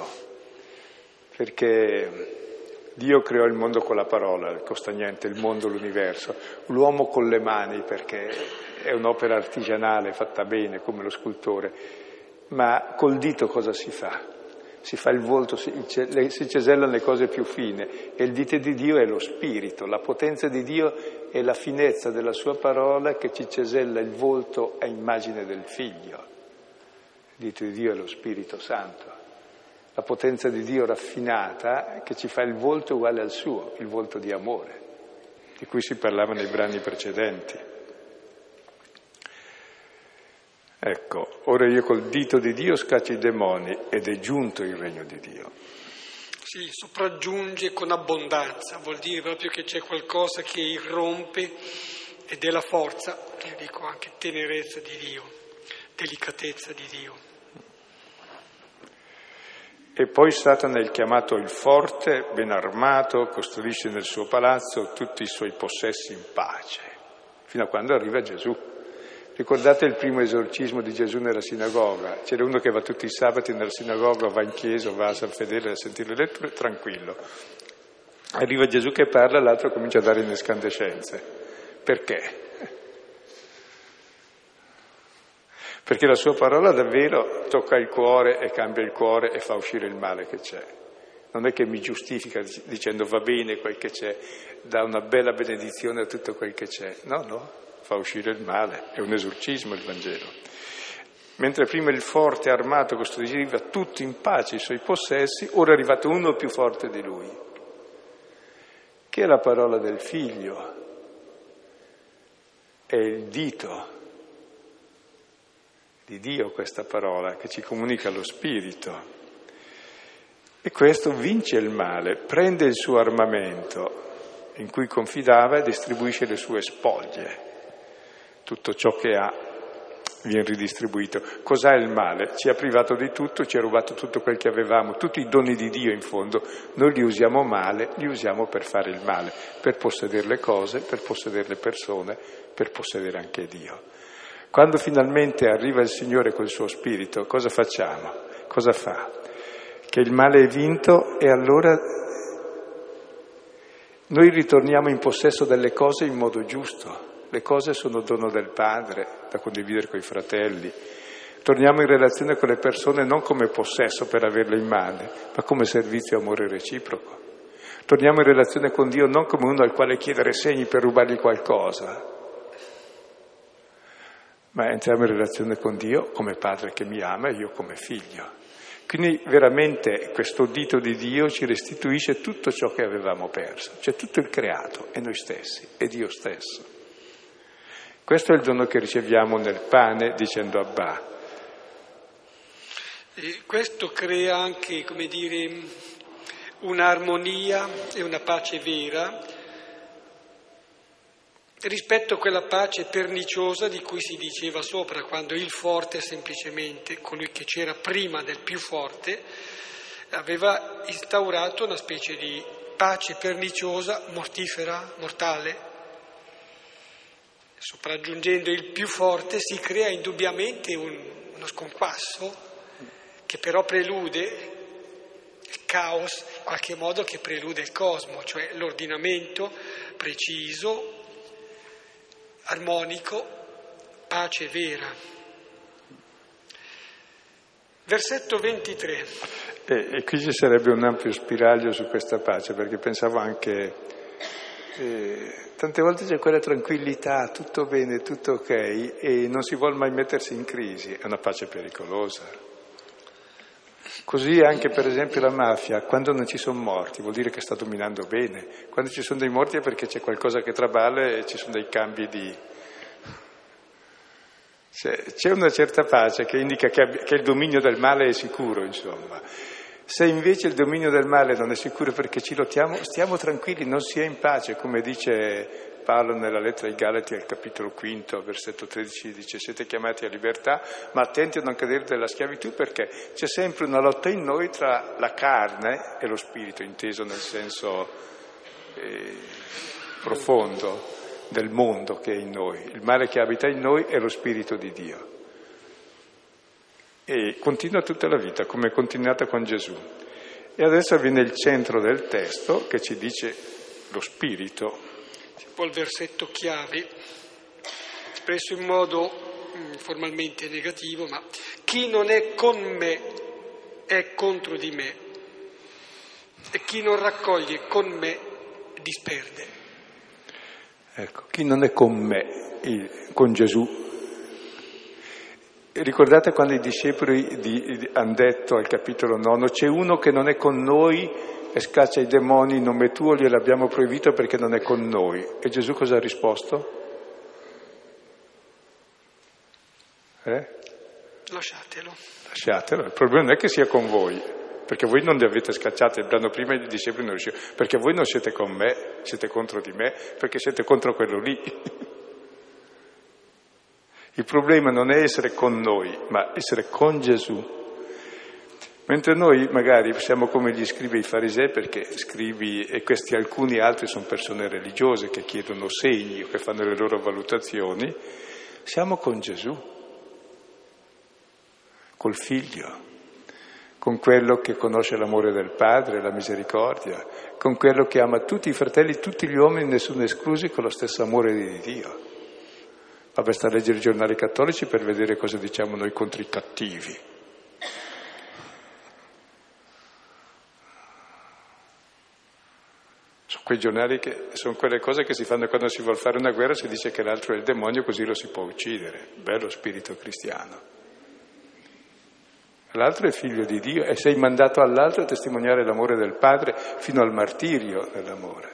perché Dio creò il mondo con la parola, il costa niente, il mondo, l'universo, l'uomo con le mani, perché è un'opera artigianale fatta bene come lo scultore, ma col dito cosa si fa? Si fa il volto, si, si cesellano le cose più fine, e il dito di Dio è lo spirito, la potenza di Dio è la finezza della sua parola che ci cesella il volto a immagine del Figlio. Il dito di Dio è lo Spirito Santo, la potenza di Dio raffinata che ci fa il volto uguale al suo, il volto di amore, di cui si parlava nei brani precedenti. Ecco, ora io col dito di Dio scaccio i demoni ed è giunto il regno di Dio. Sì, sopraggiunge con abbondanza, vuol dire proprio che c'è qualcosa che irrompe ed è la forza, io dico anche tenerezza di Dio, delicatezza di Dio. E poi Satana è il chiamato il forte, ben armato, costruisce nel suo palazzo tutti i suoi possessi in pace, fino a quando arriva Gesù. Ricordate il primo esorcismo di Gesù nella sinagoga? C'era uno che va tutti i sabati nella sinagoga, va in chiesa, va a San Fedele a sentire le letture, tranquillo. Arriva Gesù che parla, l'altro comincia a dare in escandescenze. Perché? Perché la sua parola davvero tocca il cuore e cambia il cuore e fa uscire il male che c'è. Non è che mi giustifica dicendo va bene quel che c'è, dà una bella benedizione a tutto quel che c'è. No, no. Fa uscire il male, è un esorcismo il Vangelo. Mentre prima il forte armato costruiva tutto in pace i suoi possessi, ora è arrivato uno più forte di lui, che è la parola del Figlio, è il dito di Dio questa parola che ci comunica lo Spirito. E questo vince il male, prende il suo armamento in cui confidava e distribuisce le sue spoglie. Tutto ciò che ha viene ridistribuito. Cos'è il male? Ci ha privato di tutto, ci ha rubato tutto quel che avevamo, tutti i doni di Dio in fondo. Noi li usiamo male, li usiamo per fare il male, per possedere le cose, per possedere le persone, per possedere anche Dio. Quando finalmente arriva il Signore col suo Spirito, cosa facciamo? Cosa fa? Che il male è vinto e allora noi ritorniamo in possesso delle cose in modo giusto. Le cose sono dono del Padre, da condividere con i fratelli. Torniamo in relazione con le persone non come possesso per averle in mano, ma come servizio e amore reciproco. Torniamo in relazione con Dio non come uno al quale chiedere segni per rubargli qualcosa, ma entriamo in relazione con Dio come Padre che mi ama e io come figlio. Quindi veramente questo dito di Dio ci restituisce tutto ciò che avevamo perso, cioè tutto il creato, e noi stessi, e Dio stesso. Questo è il dono che riceviamo nel pane dicendo Abba. E questo crea anche, come dire, un'armonia e una pace vera rispetto a quella pace perniciosa di cui si diceva sopra, quando il forte semplicemente, colui che c'era prima del più forte, aveva instaurato una specie di pace perniciosa, mortifera, mortale. Sopraggiungendo il più forte si crea indubbiamente un, uno sconquasso che però prelude il caos, in qualche modo che prelude il cosmo, cioè l'ordinamento preciso, armonico, pace vera. Versetto ventitré. E, e qui ci sarebbe un ampio spiraglio su questa pace, perché pensavo anche, eh, tante volte c'è quella tranquillità, tutto bene, tutto ok, e non si vuole mai mettersi in crisi, è una pace pericolosa. Così anche per esempio la mafia, quando non ci sono morti vuol dire che sta dominando bene, quando ci sono dei morti è perché c'è qualcosa che traballa e ci sono dei cambi di... C'è, c'è una certa pace che indica che, che il dominio del male è sicuro, insomma. Se invece il dominio del male non è sicuro perché ci lottiamo, stiamo tranquilli, non si è in pace, come dice Paolo nella lettera ai Galati al capitolo quinto, versetto tredici, dice siete chiamati a libertà, ma attenti a non cadere nella schiavitù perché c'è sempre una lotta in noi tra la carne e lo spirito, inteso nel senso eh, profondo del mondo che è in noi. Il male che abita in noi è lo spirito di Dio. E continua tutta la vita, come è continuata con Gesù. E adesso viene il centro del testo che ci dice lo spirito. Un po' il versetto chiave, espresso in modo mh, formalmente negativo, ma chi non è con me è contro di me e chi non raccoglie con me disperde. Ecco, chi non è con me, il, con Gesù. Ricordate quando i discepoli di, di, hanno detto al capitolo nono, c'è uno che non è con noi e scaccia i demoni in nome tuo, gliel'abbiamo proibito perché non è con noi. E Gesù cosa ha risposto? Eh? Lasciatelo. Lasciatelo, il problema non è che sia con voi, perché voi non li avete scacciati, il brano prima i discepoli non riuscivano, perché voi non siete con me, siete contro di me, perché siete contro quello lì. Il problema non è essere con noi, ma essere con Gesù. Mentre noi magari siamo come gli scribi e i farisei, perché scribi e questi alcuni altri sono persone religiose che chiedono segni o che fanno le loro valutazioni, siamo con Gesù, col Figlio, con quello che conosce l'amore del Padre, la misericordia, con quello che ama tutti i fratelli, tutti gli uomini, nessuno esclusi, con lo stesso amore di Dio. Ma basta leggere i giornali cattolici per vedere cosa diciamo noi contro i cattivi. Sono quei giornali che sono quelle cose che si fanno quando si vuole fare una guerra, si dice che l'altro è il demonio, così lo si può uccidere. Bello spirito cristiano. L'altro è figlio di Dio e sei mandato all'altro a testimoniare l'amore del Padre fino al martirio dell'amore.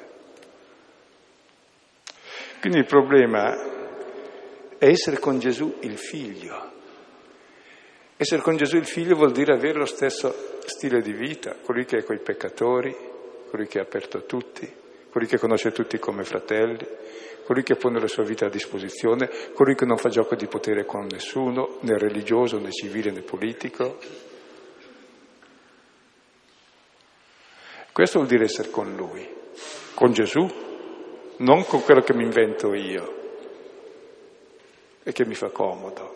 Quindi il problema è essere con Gesù il Figlio. Essere con Gesù il Figlio vuol dire avere lo stesso stile di vita, colui che è coi peccatori, colui che è aperto a tutti, colui che conosce tutti come fratelli, colui che pone la sua vita a disposizione, colui che non fa gioco di potere con nessuno, né religioso, né civile, né politico. Questo vuol dire essere con Lui, con Gesù, non con quello che mi invento io e che mi fa comodo.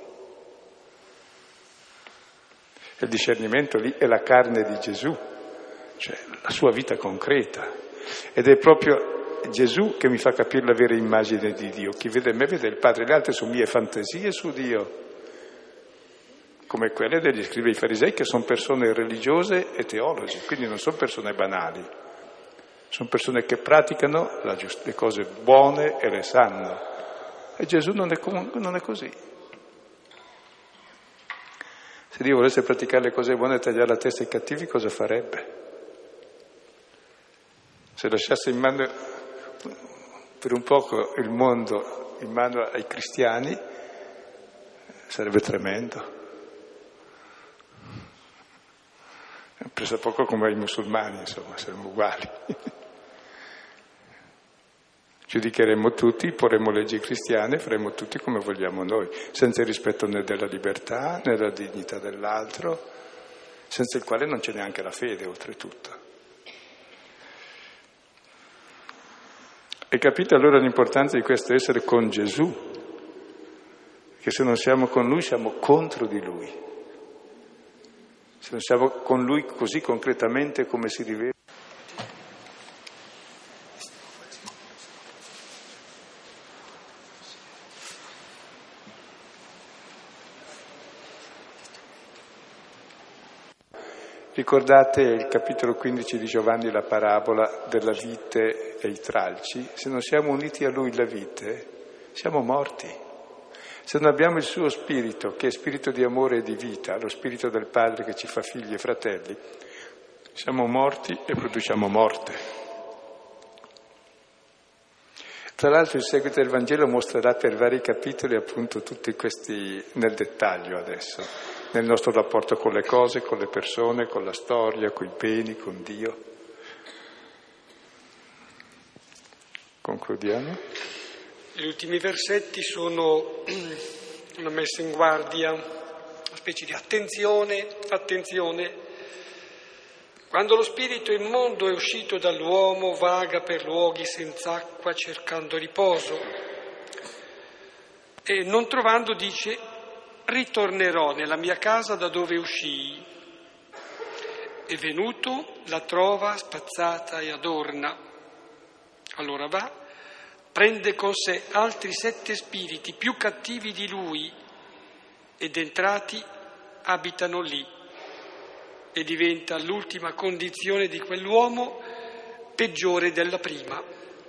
Il discernimento lì è la carne di Gesù, cioè la sua vita concreta, ed è proprio Gesù che mi fa capire la vera immagine di Dio. Chi vede me vede il Padre, le altre sono mie fantasie su Dio, come quelle degli scribi e farisei, che sono persone religiose e teologi, quindi non sono persone banali, sono persone che praticano la giust- le cose buone e le sanno. E Gesù non è, com- non è così. Se Dio volesse praticare le cose buone e tagliare la testa ai cattivi, cosa farebbe? Se lasciasse in mano per un poco il mondo in mano ai cristiani, sarebbe tremendo. Presa poco come ai musulmani, insomma, saremmo uguali. Giudicheremo tutti, porremo leggi cristiane, faremo tutti come vogliamo noi, senza il rispetto né della libertà, né della dignità dell'altro, senza il quale non c'è neanche la fede, oltretutto. E capite allora l'importanza di questo essere con Gesù, che se non siamo con Lui siamo contro di Lui. Se non siamo con Lui così concretamente come si rivela. Ricordate il capitolo quindici di Giovanni, la parabola della vite e i tralci? Se non siamo uniti a Lui, la vite, siamo morti. Se non abbiamo il suo spirito, che è spirito di amore e di vita, lo spirito del Padre che ci fa figli e fratelli, siamo morti e produciamo morte. Tra l'altro il seguito del Vangelo mostrerà per vari capitoli appunto tutti questi nel dettaglio adesso, nel nostro rapporto con le cose, con le persone, con la storia, con i beni, con Dio. Concludiamo. Gli ultimi versetti sono una messa in guardia, una specie di attenzione, attenzione. Quando lo spirito immondo è uscito dall'uomo, vaga per luoghi senza acqua cercando riposo e non trovando dice: ritornerò nella mia casa da dove uscii. E venuto la trova spazzata e adorna. Allora va, prende con sé altri sette spiriti più cattivi di lui ed entrati abitano lì e diventa l'ultima condizione di quell'uomo peggiore della prima.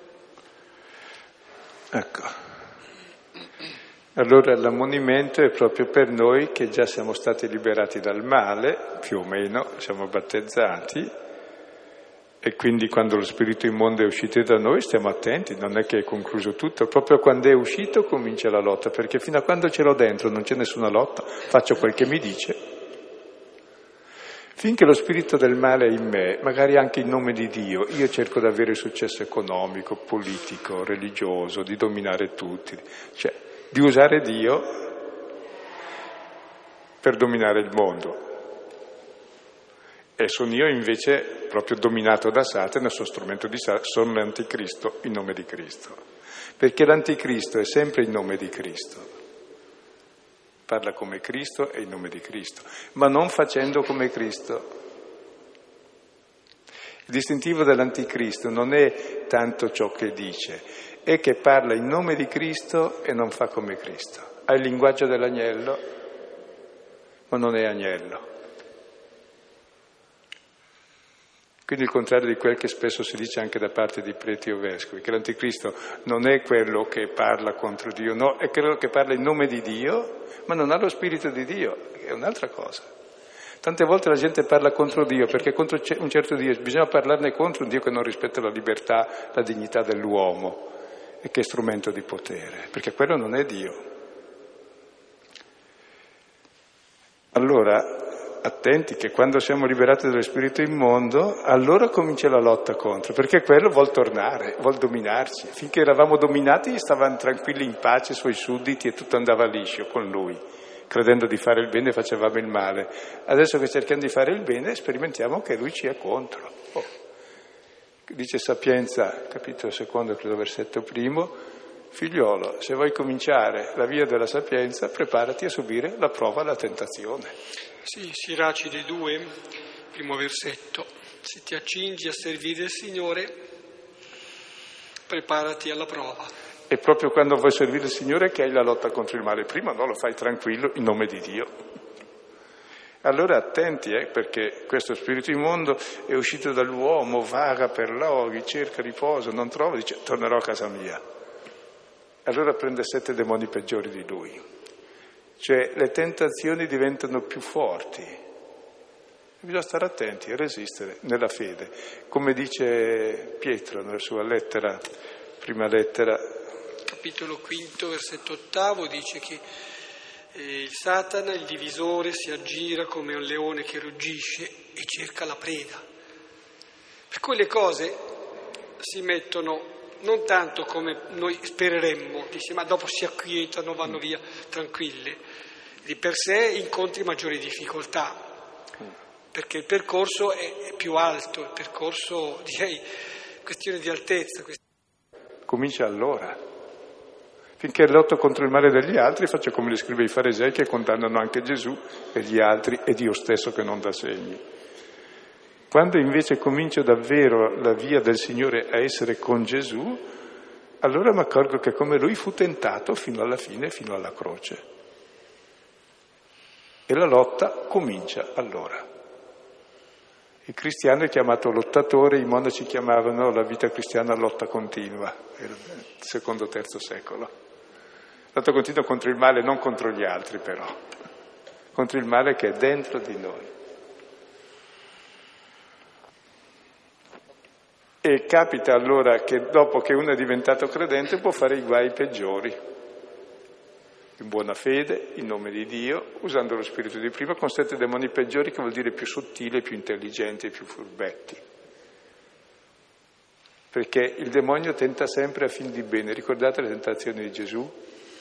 Ecco. Allora l'ammonimento è proprio per noi che già siamo stati liberati dal male, più o meno, siamo battezzati, e quindi quando lo spirito immondo è uscito da noi stiamo attenti, non è che è concluso tutto, proprio quando è uscito comincia la lotta, perché fino a quando ce l'ho dentro non c'è nessuna lotta, faccio quel che mi dice. Finché lo spirito del male è in me, magari anche in nome di Dio, io cerco di avere successo economico, politico, religioso, di dominare tutti, cioè di usare Dio per dominare il mondo. E sono io invece proprio dominato da Satana, sono strumento di Satana, sono l'anticristo in nome di Cristo. Perché l'anticristo è sempre in nome di Cristo. Parla come Cristo e in nome di Cristo, ma non facendo come Cristo. Il distintivo dell'anticristo non è tanto ciò che dice, è che parla in nome di Cristo e non fa come Cristo. Ha il linguaggio dell'agnello, ma non è agnello. Quindi il contrario di quel che spesso si dice anche da parte di preti o vescovi, che l'anticristo non è quello che parla contro Dio, no, è quello che parla in nome di Dio, ma non ha lo spirito di Dio, è un'altra cosa. Tante volte la gente parla contro Dio, perché contro un certo Dio bisogna parlarne contro un Dio che non rispetta la libertà, la dignità dell'uomo e che è strumento di potere, perché quello non è Dio. Allora, attenti che quando siamo liberati dallo spirito immondo, allora comincia la lotta contro, perché quello vuol tornare, vuol dominarci. Finché eravamo dominati stavano tranquilli in pace i suoi sudditi e tutto andava liscio con lui, credendo di fare il bene facevamo il male. Adesso che cerchiamo di fare il bene sperimentiamo che lui ci è contro. Oh. Dice Sapienza, capitolo secondo, credo versetto primo, figliolo, se vuoi cominciare la via della sapienza, preparati a subire la prova, la tentazione. Sì, Siracide due, primo versetto. Se ti accingi a servire il Signore, preparati alla prova. E proprio quando vuoi servire il Signore che hai la lotta contro il male. Prima no, lo fai tranquillo, in nome di Dio. Allora attenti, eh, perché questo spirito immondo è uscito dall'uomo, vaga per luoghi, cerca riposo, non trova, dice tornerò a casa mia. Allora prende sette demoni peggiori di lui. Cioè le tentazioni diventano più forti. Bisogna stare attenti e resistere nella fede. Come dice Pietro nella sua lettera, prima lettera. Capitolo quinto, versetto ottavo, dice che eh, il Satana, il divisore, si aggira come un leone che ruggisce e cerca la preda. Per cui le cose si mettono non tanto come noi spereremmo, dice, ma dopo si acquietano, vanno via tranquille. Di per sé incontri maggiori difficoltà, perché il percorso è, è più alto, il percorso, direi, questione di altezza. Comincia allora. Finché lotto contro il male degli altri, faccio come le scrive i farisei che condannano anche Gesù e gli altri e Dio stesso che non dà segni. Quando invece comincio davvero la via del Signore a essere con Gesù, allora mi accorgo che come Lui fu tentato fino alla fine, fino alla croce. E la lotta comincia allora. Il cristiano è chiamato lottatore, i monaci chiamavano la vita cristiana lotta continua, nel secondo terzo secolo. Lotta continua contro il male, non contro gli altri però, contro il male che è dentro di noi. E capita allora che dopo che uno è diventato credente può fare i guai peggiori, in buona fede, in nome di Dio, usando lo spirito di prima, con sette demoni peggiori, che vuol dire più sottili, più intelligenti e più furbetti. Perché il demonio tenta sempre a fin di bene. Ricordate le tentazioni di Gesù?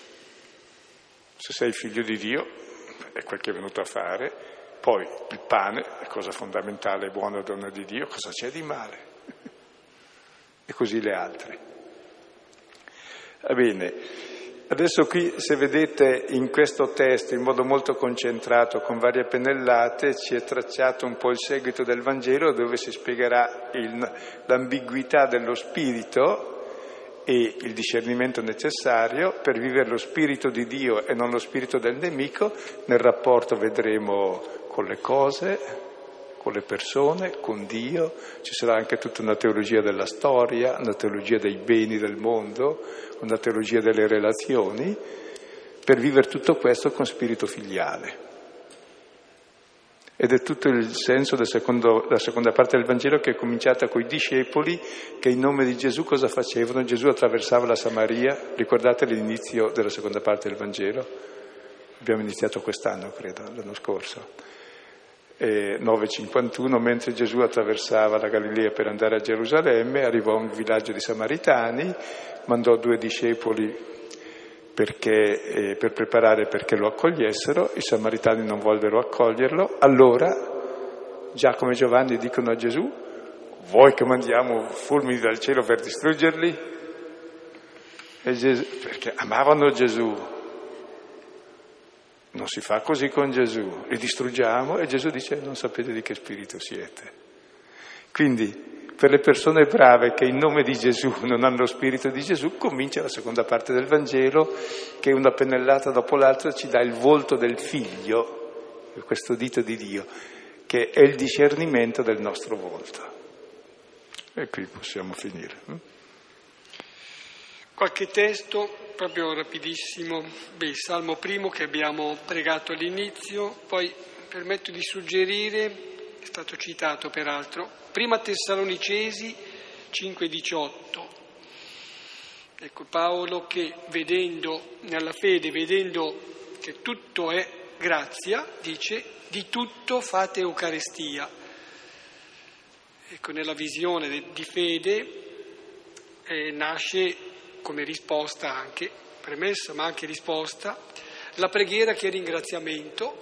Se sei figlio di Dio, è quel che è venuto a fare, poi il pane, è cosa fondamentale, buona donna di Dio, cosa c'è di male? E così le altre. Va bene, adesso qui se vedete in questo testo in modo molto concentrato con varie pennellate ci è tracciato un po' il seguito del Vangelo dove si spiegherà il, l'ambiguità dello spirito e il discernimento necessario per vivere lo spirito di Dio e non lo spirito del nemico nel rapporto, vedremo, con le cose, con le persone, con Dio. Ci sarà anche tutta una teologia della storia, una teologia dei beni del mondo, una teologia delle relazioni, per vivere tutto questo con spirito filiale. Ed è tutto il senso del secondo, della seconda parte del Vangelo, che è cominciata con i discepoli che in nome di Gesù cosa facevano? Gesù attraversava la Samaria, ricordate l'inizio della seconda parte del Vangelo? Abbiamo iniziato quest'anno, credo, l'anno scorso. nove cinquantuno, mentre Gesù attraversava la Galilea per andare a Gerusalemme, arrivò a un villaggio di Samaritani, mandò due discepoli perché, eh, per preparare perché lo accogliessero. I samaritani non vollero accoglierlo. Allora Giacomo e Giovanni dicono a Gesù: vuoi che mandiamo fulmini dal cielo per distruggerli? E Gesù, perché amavano Gesù. Non si fa così con Gesù, li distruggiamo, e Gesù dice: non sapete di che spirito siete. Quindi per le persone brave che in nome di Gesù non hanno lo spirito di Gesù, comincia la seconda parte del Vangelo, che una pennellata dopo l'altra ci dà il volto del Figlio, questo dito di Dio, che è il discernimento del nostro volto. E qui possiamo finire. Qualche testo, proprio rapidissimo. Beh, il Salmo primo che abbiamo pregato all'inizio, poi permetto di suggerire, è stato citato peraltro, Prima Tessalonicesi cinque diciotto. Ecco, Paolo che vedendo, nella fede, vedendo che tutto è grazia, dice: di tutto fate Eucaristia. Ecco, nella visione di fede eh, nasce come risposta anche, premessa ma anche risposta, la preghiera che è ringraziamento,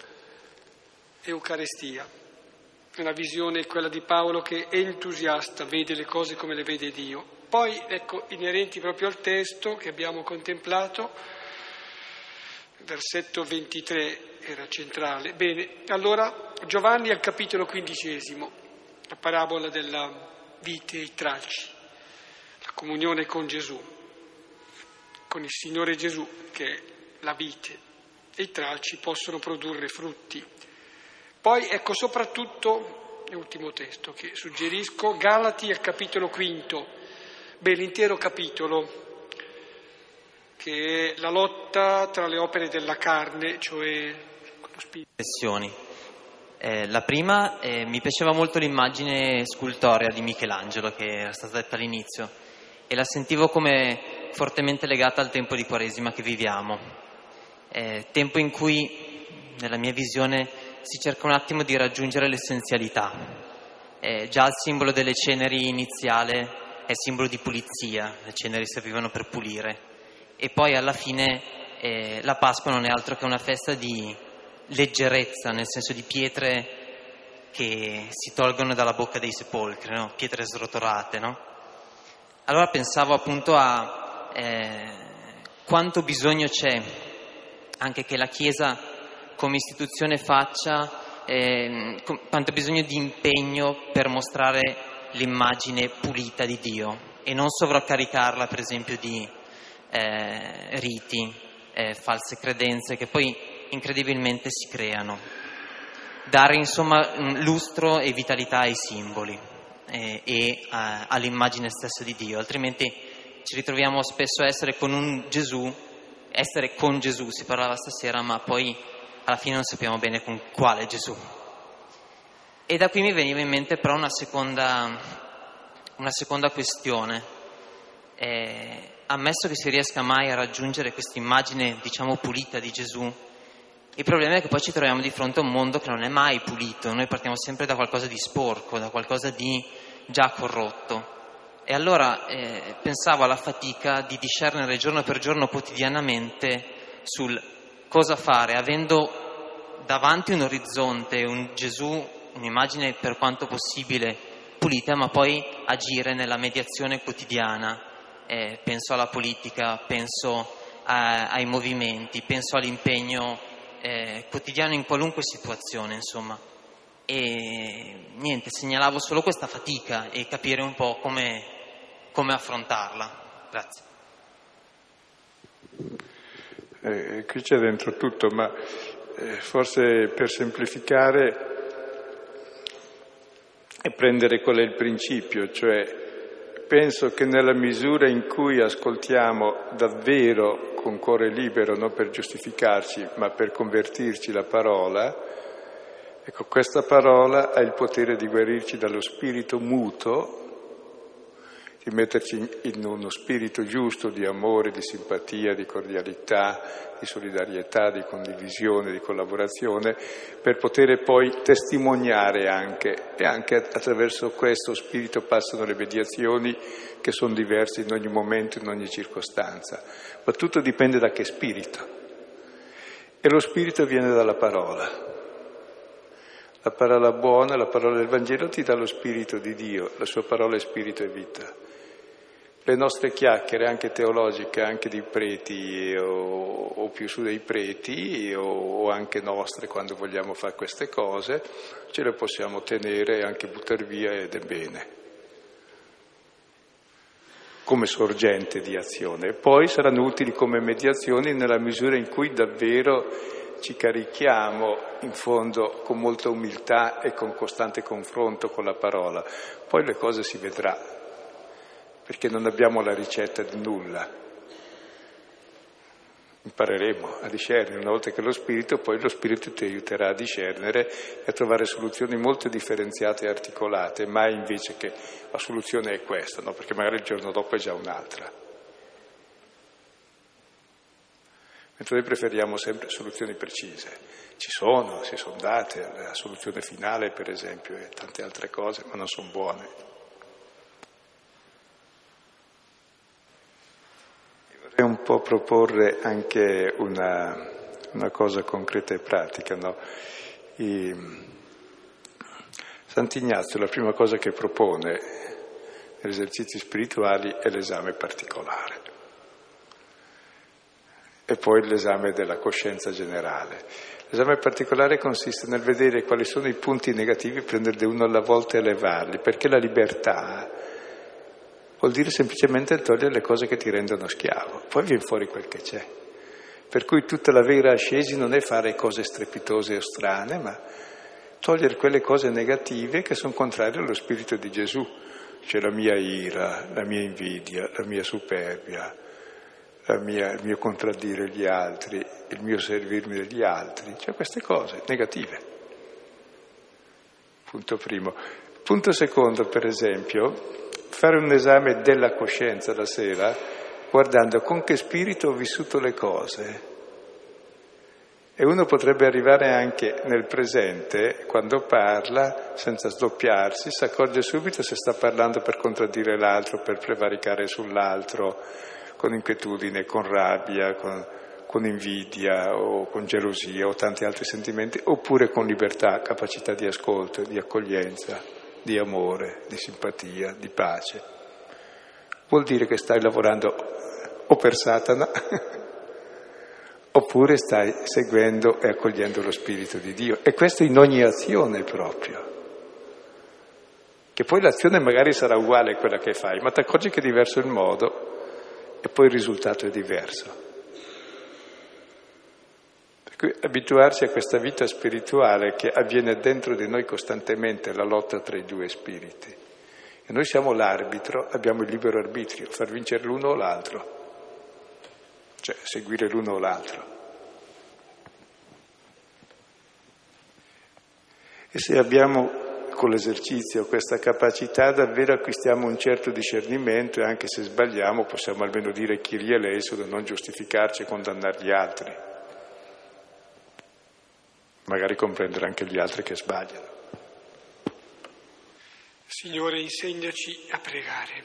Eucaristia. Una visione, quella di Paolo, che è entusiasta, vede le cose come le vede Dio. Poi, ecco, inerenti proprio al testo che abbiamo contemplato, versetto ventitré era centrale. Bene, allora Giovanni al capitolo quindicesimo, la parabola della vite e i tralci, la comunione con Gesù, con il Signore Gesù che è la vite, e i tralci possono produrre frutti. Poi ecco soprattutto, l'ultimo testo che suggerisco, Galati al capitolo quinto, beh, l'intero capitolo, che è la lotta tra le opere della carne, cioè lo spirito. Eh, la prima, eh, mi piaceva molto l'immagine scultorea di Michelangelo che era stata detta all'inizio, e la sentivo come fortemente legata al tempo di Quaresima che viviamo, eh, tempo in cui, nella mia visione, si cerca un attimo di raggiungere l'essenzialità. Eh, già il simbolo delle ceneri iniziale è simbolo di pulizia, le ceneri servivano per pulire, e poi alla fine eh, la Pasqua non è altro che una festa di leggerezza, nel senso di pietre che si tolgono dalla bocca dei sepolcri, no? Pietre srotolate, no? Allora pensavo appunto a eh, quanto bisogno c'è anche che la Chiesa come istituzione faccia, eh, com- quanto bisogno di impegno per mostrare l'immagine pulita di Dio e non sovraccaricarla per esempio di eh, riti, eh, false credenze che poi incredibilmente si creano. Dare insomma lustro e vitalità ai simboli eh, e a, all'immagine stessa di Dio, altrimenti ci ritroviamo spesso a essere con un Gesù, essere con Gesù, si parlava stasera, ma poi alla fine non sappiamo bene con quale Gesù. E da qui mi veniva in mente però una seconda, una seconda questione. Eh, ammesso che si riesca mai a raggiungere questa immagine, diciamo, pulita di Gesù, il problema è che poi ci troviamo di fronte a un mondo che non è mai pulito. Noi partiamo sempre da qualcosa di sporco, da qualcosa di già corrotto. E allora eh, pensavo alla fatica di discernere giorno per giorno, quotidianamente, sul cosa fare, avendo davanti un orizzonte, un Gesù, un'immagine per quanto possibile pulita, ma poi agire nella mediazione quotidiana. Eh, penso alla politica, penso a, ai movimenti, penso all'impegno eh, quotidiano in qualunque situazione, insomma. E niente, segnalavo solo questa fatica e capire un po' come, come affrontarla. Grazie. Eh, qui c'è dentro tutto, ma eh, forse per semplificare e prendere qual è il principio, cioè penso che nella misura in cui ascoltiamo davvero con cuore libero, non per giustificarci, ma per convertirci la parola, ecco, questa parola ha il potere di guarirci dallo spirito muto, di metterci in uno spirito giusto di amore, di simpatia, di cordialità, di solidarietà, di condivisione, di collaborazione, per poter poi testimoniare anche, e anche attraverso questo spirito passano le mediazioni che sono diverse in ogni momento, in ogni circostanza, ma tutto dipende da che spirito. E lo spirito viene dalla parola. La parola buona, la parola del Vangelo ti dà lo spirito di Dio, la sua parola è spirito e vita. Le nostre chiacchiere, anche teologiche, anche di preti o, o più su dei preti o, o anche nostre quando vogliamo fare queste cose, ce le possiamo tenere e anche buttare via ed è bene, come sorgente di azione. Poi saranno utili come mediazioni nella misura in cui davvero ci carichiamo in fondo con molta umiltà e con costante confronto con la parola. Poi le cose si vedrà, perché non abbiamo la ricetta di nulla. Impareremo a discernere, una volta che lo Spirito, poi lo Spirito ti aiuterà a discernere e a trovare soluzioni molto differenziate e articolate, mai invece che la soluzione è questa, no? Perché magari il giorno dopo è già un'altra. Mentre noi preferiamo sempre soluzioni precise. Ci sono, si sono date, la soluzione finale per esempio e tante altre cose, ma non sono buone. Vorrei un po' proporre anche una, una cosa concreta e pratica, no? I, Sant'Ignazio la prima cosa che propone negli esercizi spirituali è l'esame particolare e poi l'esame della coscienza generale. L'esame particolare consiste nel vedere quali sono i punti negativi, prenderne uno alla volta e elevarli, perché la libertà vuol dire semplicemente togliere le cose che ti rendono schiavo, poi viene fuori quel che c'è. Per cui tutta la vera ascesi non è fare cose strepitose o strane, ma togliere quelle cose negative che sono contrarie allo spirito di Gesù, cioè la mia ira, la mia invidia, la mia superbia, la mia, il mio contraddire gli altri, il mio servirmi degli altri, cioè queste cose negative. Punto primo. Punto secondo, per esempio, fare un esame della coscienza la sera, guardando con che spirito ho vissuto le cose. E uno potrebbe arrivare anche nel presente, quando parla, senza sdoppiarsi, si accorge subito se sta parlando per contraddire l'altro, per prevaricare sull'altro, con inquietudine, con rabbia, con, con invidia o con gelosia o tanti altri sentimenti, oppure con libertà, capacità di ascolto, di accoglienza, di amore, di simpatia, di pace. Vuol dire che stai lavorando o per Satana oppure stai seguendo e accogliendo lo Spirito di Dio. E questo in ogni azione proprio. Che poi l'azione magari sarà uguale a quella che fai, ma ti accorgi che è diverso il modo e poi il risultato è diverso. Per cui abituarsi a questa vita spirituale che avviene dentro di noi costantemente, la lotta tra i due spiriti. E noi siamo l'arbitro, abbiamo il libero arbitrio, far vincere l'uno o l'altro. Cioè seguire l'uno o l'altro. E se abbiamo con l'esercizio questa capacità, davvero acquistiamo un certo discernimento e anche se sbagliamo possiamo almeno dire Kyrie eleison e non giustificarci e condannare gli altri. Magari comprendere anche gli altri che sbagliano. Signore, insegnaci a pregare.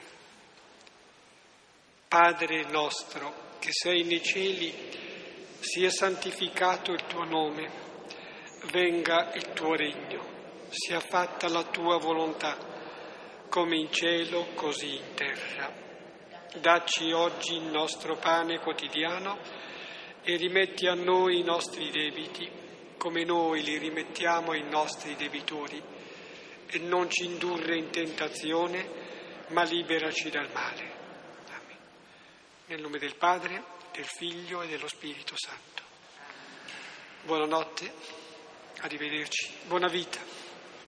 Padre nostro, che sei nei cieli, sia santificato il tuo nome, venga il tuo regno, sia fatta la tua volontà, come in cielo, così in terra. Dacci oggi il nostro pane quotidiano e rimetti a noi i nostri debiti, come noi li rimettiamo ai nostri debitori, e non ci indurre in tentazione, ma liberaci dal male. nel nome del Padre, del Figlio e dello Spirito Santo. Buonanotte, arrivederci, buona vita.